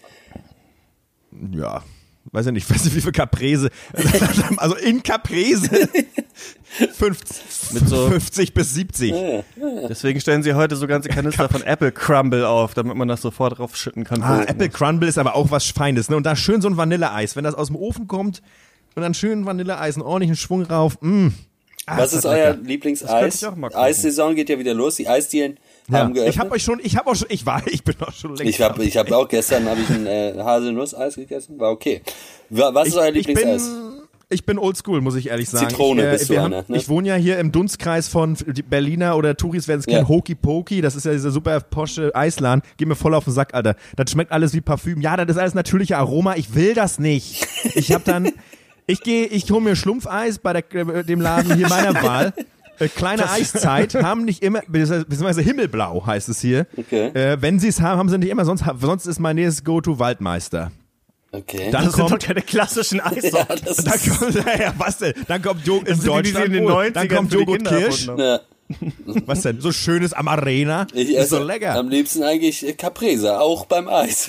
Ja, weiß ja nicht, weiß nicht, wie viel Caprese, also in Caprese fünfzig, Mit so- fünfzig bis siebzig. Deswegen stellen sie heute so ganze Kanister von Apple Crumble auf, damit man das sofort draufschütten kann. Ah, wo- Apple Crumble ist aber auch was Feines, ne? Und da schön so ein Vanilleeis, wenn das aus dem Ofen kommt und dann schön Vanilleeis, einen ordentlichen Schwung rauf. Mm. Ah, Was das ist hat euer lecker. könnte Lieblingseis? ich auch mal gucken. Eissaison geht ja wieder los. Die Eisdielen Ja. haben geöffnet. Ich habe euch schon, ich habe auch schon, ich war, ich bin auch schon längst. Ich habe ich hab auch gestern hab ich ein äh, Haselnusseis gegessen. War okay. Wa- Was ist euer ich bin, Lieblingseis? ich bin oldschool, muss ich ehrlich sagen. Zitrone ich, bist du wir einer, haben, ne? Ich wohne ja hier im Dunstkreis von die Berliner oder Touris werden es kennen, Ja. Hokey Pokey, das ist ja dieser super posche Eisladen. Geh mir voll auf den Sack, Alter. Das schmeckt alles wie Parfüm. Ja, das ist alles natürliche Aroma. Ich will das nicht. Ich habe dann, ich gehe, ich hole mir Schlumpfeis bei der, äh, dem Laden hier meiner Wahl. Äh, kleine Eiszeit, haben nicht immer, beziehungsweise Himmelblau heißt es hier. Okay. Äh, wenn sie es haben, haben sie nicht immer, sonst, sonst ist mein nächstes Go-To Waldmeister. Okay. Dann Das sind doch kommt, keine klassischen ja, Eissorten. das dann ist, kommt, ja, was denn? Dann kommt Joghurt in sind die, die sie Deutschland, in den wohl. neunzigern Dann kommt für die Joghurt Kinder Kirsch. erfunden haben. ja, Was denn? So schönes Amarena. ich ist esse so lecker. am liebsten eigentlich äh, Caprese, auch beim Eis.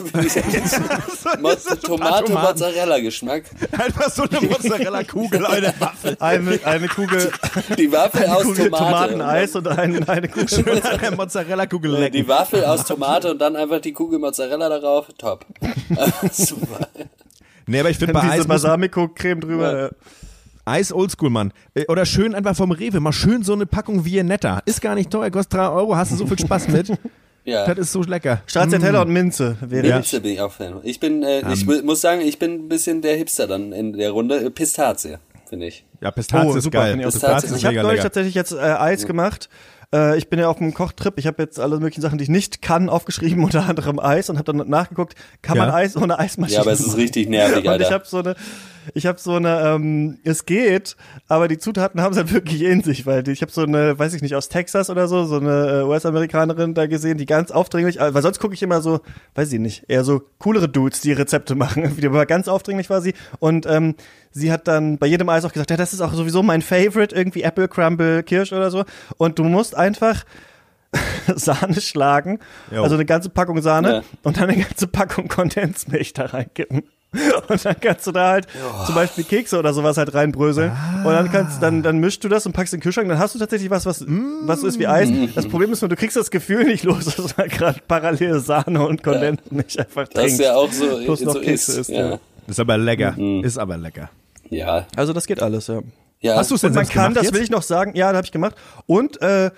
Moz- Tomato, Tomaten. Mozzarella Geschmack. Einfach so eine Mozzarella-Kugel, eine Waffel. Eine, eine Kugel, Die Waffel aus Kugel Tomate. Tomateneis und eine, eine Kugel. Schön an der Mozzarella-Kugel Äh, lecken. Die Waffel aus Tomate und dann einfach die Kugel Mozzarella darauf. Top. Super. Nee, aber ich finde bei Diese Eis, muss, Balsamico-Creme drüber. Ja. äh, Eis oldschool, Mann. Äh, Oder schön einfach vom Rewe, mal schön so eine Packung Viennetta. Ist gar nicht teuer, kostet drei Euro, hast du so viel Spaß mit. Ja. Das ist so lecker. Stracciatella und Minze wäre Ja. ich. Hipster bin ich auch Fan. Ich bin, äh, ich mu- muss sagen, ich bin ein bisschen der Hipster dann in der Runde. Äh, Pistazie, finde ich. Ja, Pistazie Oh, ist super, geil. finde ich auch Pistazie super. ist Ich habe mega neulich lecker. tatsächlich jetzt äh, Eis gemacht. Äh, ich bin ja auf dem Kochtrip. Ich habe jetzt alle möglichen Sachen, die ich nicht kann, aufgeschrieben, unter anderem Eis und habe dann nachgeguckt, kann man Ja. Eis ohne Eismaschine Ja, aber es ist machen? richtig nervig, Und ich Alter. habe so eine, ich habe so eine, ähm, es geht, aber die Zutaten haben es halt wirklich in sich, weil die, ich habe so eine, weiß ich nicht, aus Texas oder so, so eine äh, U S-Amerikanerin da gesehen, die ganz aufdringlich, äh, weil sonst gucke ich immer so, weiß ich nicht, eher so coolere Dudes, die Rezepte machen, die war ganz aufdringlich war sie und ähm, sie hat dann bei jedem Eis auch gesagt, ja, das ist auch sowieso mein Favorite, irgendwie Apple Crumble Kirsch oder so und du musst einfach Sahne schlagen, Jo. also eine ganze Packung Sahne Ja. und dann eine ganze Packung Kondensmilch da reinkippen. Und dann kannst du da halt zum Beispiel Kekse oder sowas halt reinbröseln. Und dann kannst dann, dann mischst du das und packst in den Kühlschrank. Dann hast du tatsächlich was, was, was so ist wie Eis. Das Problem ist nur, du kriegst das Gefühl nicht los, dass du da gerade parallel Sahne und Kondensmilch einfach Das trinkst. ist ja auch so, Plus noch so Kekse ist. isst, Ja. ja. Ist aber lecker. Ist aber lecker. Ja. Also das geht alles, ja. Ja. Hast du es denn Und man selbst kann, gemacht das jetzt? will ich noch sagen, ja, das habe ich gemacht. Und äh,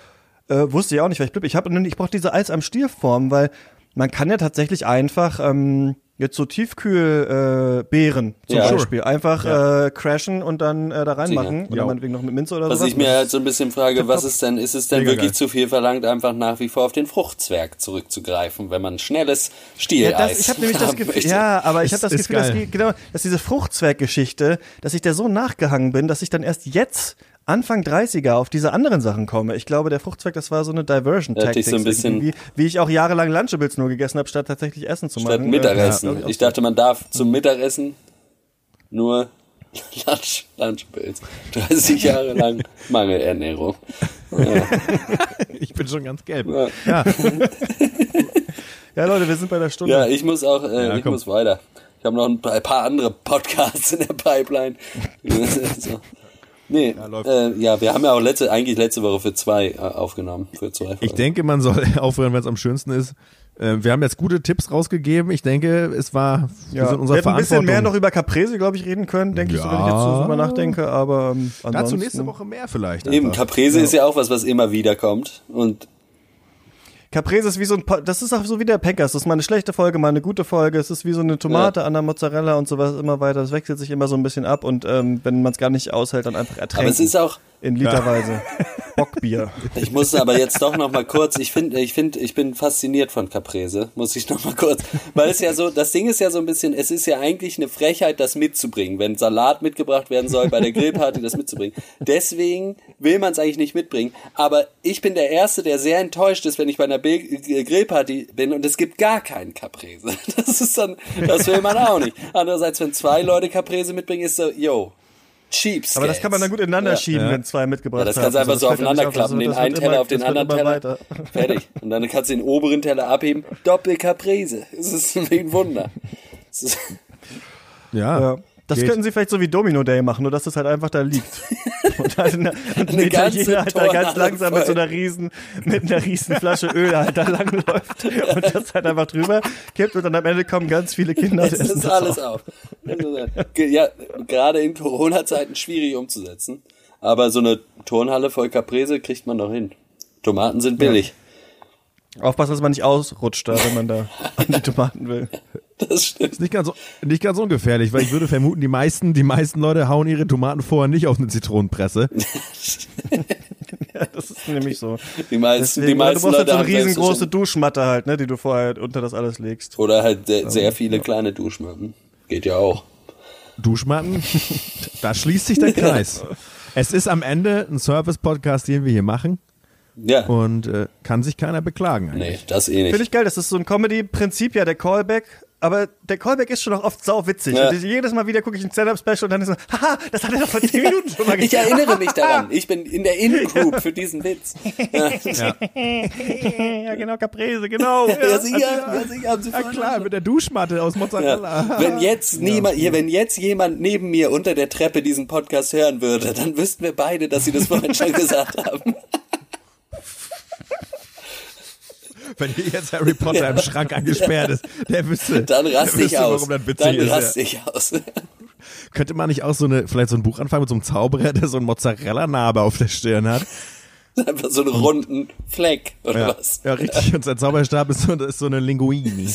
Äh, wusste ich auch nicht, weil ich blöd. Ich, hab, ich brauche diese Eis am Stiel-Form, weil man kann ja tatsächlich einfach ähm, jetzt so Tiefkühlbeeren äh, Beeren zum Ja. Beispiel einfach Ja. äh, crashen und dann äh, da reinmachen. Sicher. Oder Ja. meinetwegen noch mit Minze oder Was sowas. ich mir halt so ein bisschen frage, was Tipptopp. ist denn, ist es denn Mega wirklich geil. zu viel verlangt, einfach nach wie vor auf den Fruchtzwerg zurückzugreifen, wenn man schnelles Ja, Stieleis das, ich habe nämlich das haben Gefühl, möchte? ja, aber ich Ist- habe das ist Gefühl, dass, geil. die, genau, dass diese Fruchtzwerggeschichte, dass ich der so nachgehangen bin, dass ich dann erst jetzt Anfang dreißiger auf diese anderen Sachen komme. Ich glaube, der Fruchtzwerg, das war so eine Ja, Diversion-Taktik, dich so ein bisschen- wie, wie ich auch jahrelang Lunchables nur gegessen habe, statt tatsächlich Essen zu Statt machen. Mittagessen. Äh, ja, Ich dachte, man darf zum Mittagessen nur Lunch, Lunchpilz. dreißig Jahre lang Mangelernährung. Ja. Ich bin schon ganz gelb. Ja. Ja, ja, Leute, wir sind bei der Stunde. Ja, ich muss auch, äh, Ja, ich komm. muss weiter. Ich habe noch ein paar, ein paar andere Podcasts in der Pipeline. so. Nee, ja, läuft. äh, ja, wir haben ja auch letzte, eigentlich letzte Woche für zwei äh, aufgenommen. Für zwei ich Folgen. denke, man soll aufhören, wenn es am schönsten ist. Äh, Wir haben jetzt gute Tipps rausgegeben. Ich denke, es war, wir Ja. sind Wir unserer hätten ein bisschen Verantwortung. mehr noch über Caprese, glaube ich, reden können, denke ich, so, wenn ich jetzt so Ja. drüber nachdenke, aber ähm, Dazu ansonsten, nächste Woche mehr vielleicht. Eben, einfach. Caprese ist ja auch was, was immer wieder kommt. Und Caprese ist wie so ein, Pa- das ist auch so wie der Packers, das ist mal eine schlechte Folge, mal eine gute Folge, es ist wie so eine Tomate an der Mozzarella und sowas immer weiter, das wechselt sich immer so ein bisschen ab und ähm, wenn man es gar nicht aushält, dann einfach ertränken. aber es ist auch, in Literweise. Bockbier. ich muss aber jetzt doch noch mal kurz, ich finde, ich finde, ich bin fasziniert von Caprese, muss ich noch mal kurz, weil es ja so, das Ding ist ja so ein bisschen, es ist ja eigentlich eine Frechheit, das mitzubringen, wenn Salat mitgebracht werden soll, bei der Grillparty das mitzubringen. Deswegen will man es eigentlich nicht mitbringen, aber ich bin der Erste, der sehr enttäuscht ist, wenn ich bei einer Be- äh, Grillparty bin und es gibt gar keinen Caprese. Das ist dann, das will man auch nicht. Andererseits, wenn zwei Leute Caprese mitbringen, ist so, yo, Cheapskates. Aber das kann man dann gut ineinander Ja. schieben, Ja. wenn zwei mitgebracht Ja, das haben. kannst du einfach Also so das fällt aufeinander dann nicht auf, klappen, den das wird einen immer- Teller auf den das wird anderen immer Teller. weiter. Fertig. Und dann kannst du den oberen Teller abheben. Doppel Caprese. Es ist wie ein Wunder. Es ist, Ja. Ja. Das Geht. könnten sie vielleicht so wie Domino Day machen, nur dass es halt einfach da liegt. Und halt eine, und Eine ganze Italiener halt da ganz Tornade langsam mit so voll. einer riesen, mit einer riesen Flasche Öl halt da langläuft und das halt einfach drüber kippt und dann am Ende kommen ganz viele Kinder und es essen ist das alles auf. auf. Ja, gerade in Corona-Zeiten schwierig umzusetzen. Aber so eine Turnhalle voll Caprese kriegt man doch hin. Tomaten sind billig. Aufpassen, dass man nicht ausrutscht da, wenn man da an die Tomaten will. Das stimmt. Ist nicht ganz, nicht ganz ungefährlich, weil ich würde vermuten, die meisten, die meisten Leute hauen ihre Tomaten vorher nicht auf eine Zitronenpresse. Ja, das ist nämlich so. Die meisten, Deswegen, die oder du meisten brauchst halt Leute so eine haben riesengroße selbstverständlich- Duschmatte halt, ne, die du vorher unter das alles legst. Oder halt sehr, sehr viele kleine Duschmatten. Geht ja auch. Duschmatten, da schließt sich der Kreis. Es ist am Ende ein Service-Podcast, den wir hier machen Ja. und äh, kann sich keiner beklagen eigentlich. Nee, das eh Finde nicht. ich geil, das ist so ein Comedy-Prinzip, ja, der Callback. Aber der Callback ist schon auch oft sau witzig. Ja. Und jedes Mal wieder gucke ich ein Stand-Up-Special und dann ist so, haha, das hat er doch vor zehn Minuten schon mal Ich gesagt. erinnere mich daran. Ich bin in der In-Group für diesen Witz. Ja, Ja, genau, Caprese, genau. ja sicher, ja, sicher haben Sie Ja vorhin klar, mit der Duschmatte aus Mozzarella. Ja. Wenn jetzt niemand, hier, wenn jetzt jemand neben mir unter der Treppe diesen Podcast hören würde, dann wüssten wir beide, dass Sie das vorhin schon gesagt haben. Wenn hier jetzt Harry Potter im Schrank angesperrt ist, der wüsste, Dann der raste ich wüsste, aus. warum das witzig Dann ist. raste Ja. ich aus. Könnte man nicht auch so eine, vielleicht so ein Buch anfangen mit so einem Zauberer, der so einen Mozzarella-Narbe auf der Stirn hat? Einfach so einen runden Fleck oder Ja, was? ja richtig. Und sein Zauberstab ist so, ist so eine Linguini.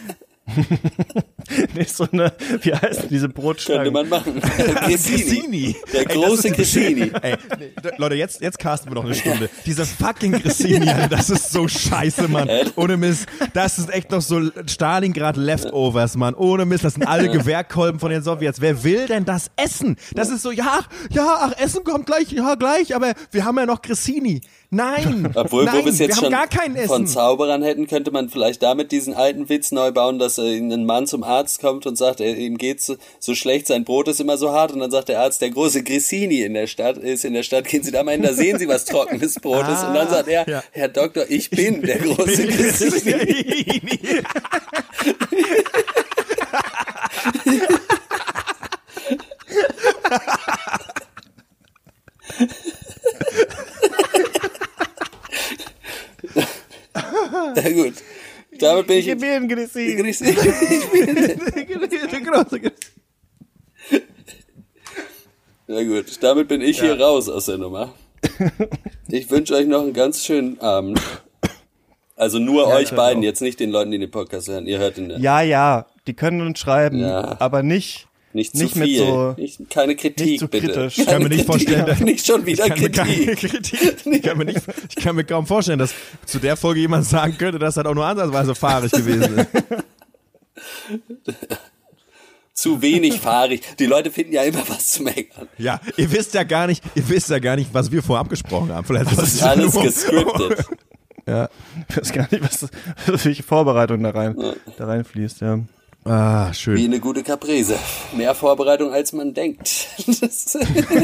Nicht so eine, wie heißt diese Könnte Brotstangen? man machen. Grissini. Der Ey, das große ist- Grissini. Ey, nee, Leute, jetzt, jetzt casten wir noch eine Stunde. Dieser fucking Grissini, Alter, das ist so scheiße, Mann. Ohne Mist, das ist echt noch so Stalingrad Leftovers, Mann. Ohne Mist, das sind alle Gewehrkolben von den Sowjets. Wer will denn das essen? Das ist so, ja, ja, ach, Essen kommt gleich, ja, gleich, aber wir haben ja noch Grissini. Nein, Obwohl, nein, wo wir es wir jetzt haben schon gar kein von Essen. Zauberern hätten, könnte man vielleicht damit diesen alten Witz neu bauen, dass äh, ein Mann zum Arzt kommt und sagt, er, ihm geht's so, so schlecht, sein Brot ist immer so hart und dann sagt der Arzt, der große Grissini in der Stadt ist in der Stadt, gehen Sie da mal hin, da sehen Sie was trockenes Brot ist und dann sagt er, ja. Herr Doktor, ich bin der große Grissini. Na gut, damit bin ich Ich bin ein Grissini. Grissini. Der große Grissini. Na gut, damit bin ich hier raus aus der Nummer. Ich wünsche euch noch einen ganz schönen Abend. Also nur Ja, euch ich beiden, auch. jetzt nicht den Leuten, die den Podcast hören. Ihr hört ihn ja. Ja, ja, die können uns schreiben, Ja. aber nicht, Nicht zu nicht mit viel. so, nicht, keine Kritik, nicht zu bitte. kritisch. Ich kann mir nicht Kritik, vorstellen, dass- nicht schon wieder Ich kann, mir keine Kritik. Kritik. Ich, kann mir nicht, ich kann mir kaum vorstellen, dass zu der Folge jemand sagen könnte, dass das auch nur ansatzweise fahrig gewesen ist. Zu wenig fahrig. Die Leute finden ja immer was zu meckern. Ja, ihr wisst ja gar nicht, ihr wisst ja gar nicht, was wir vorher abgesprochen haben. Vielleicht ist Das es ist alles nur- gescriptet. Ja. ich weiß gar nicht, was, welche Vorbereitung da rein, da reinfließt, ja. Ah, Wie schön. eine gute Caprese. Mehr Vorbereitung, als man denkt. Das,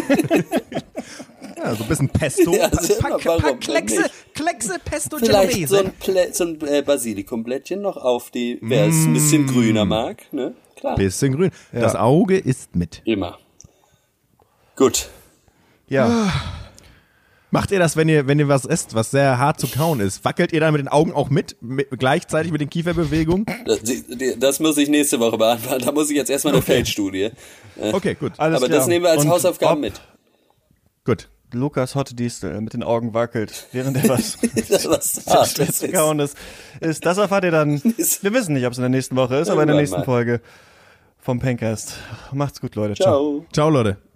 Ja, so ein bisschen Pesto. Ja, also Pack- immer, warum pack denn Kleckse, nicht? Kleckse Pesto vielleicht so Genovese. ein, Plä so ein äh, Basilikumblättchen noch auf die, wer es ein bisschen grüner mag, ne? Klar. Bisschen grün. Das Auge ist mit. Immer. Gut. Ja, Macht ihr das, wenn ihr, wenn ihr was esst, was sehr hart zu kauen ist? Wackelt ihr dann mit den Augen auch mit, mit gleichzeitig mit den Kieferbewegungen? Das, die- das muss ich nächste Woche beantworten. Da muss ich jetzt erstmal eine Feldstudie. Okay, gut. alles Aber klar. das nehmen wir als Und Hausaufgaben ob mit. Gut. Lukas Hot Diesel mit den Augen wackelt, während er was Das was hart schwer ist. zu kauen ist, ist. Das erfahrt ihr dann, wir wissen nicht, ob es in der nächsten Woche ist, aber in der Irgendwann nächsten mal. Folge vom Pencast. Macht's gut, Leute. Ciao. Ciao, Leute.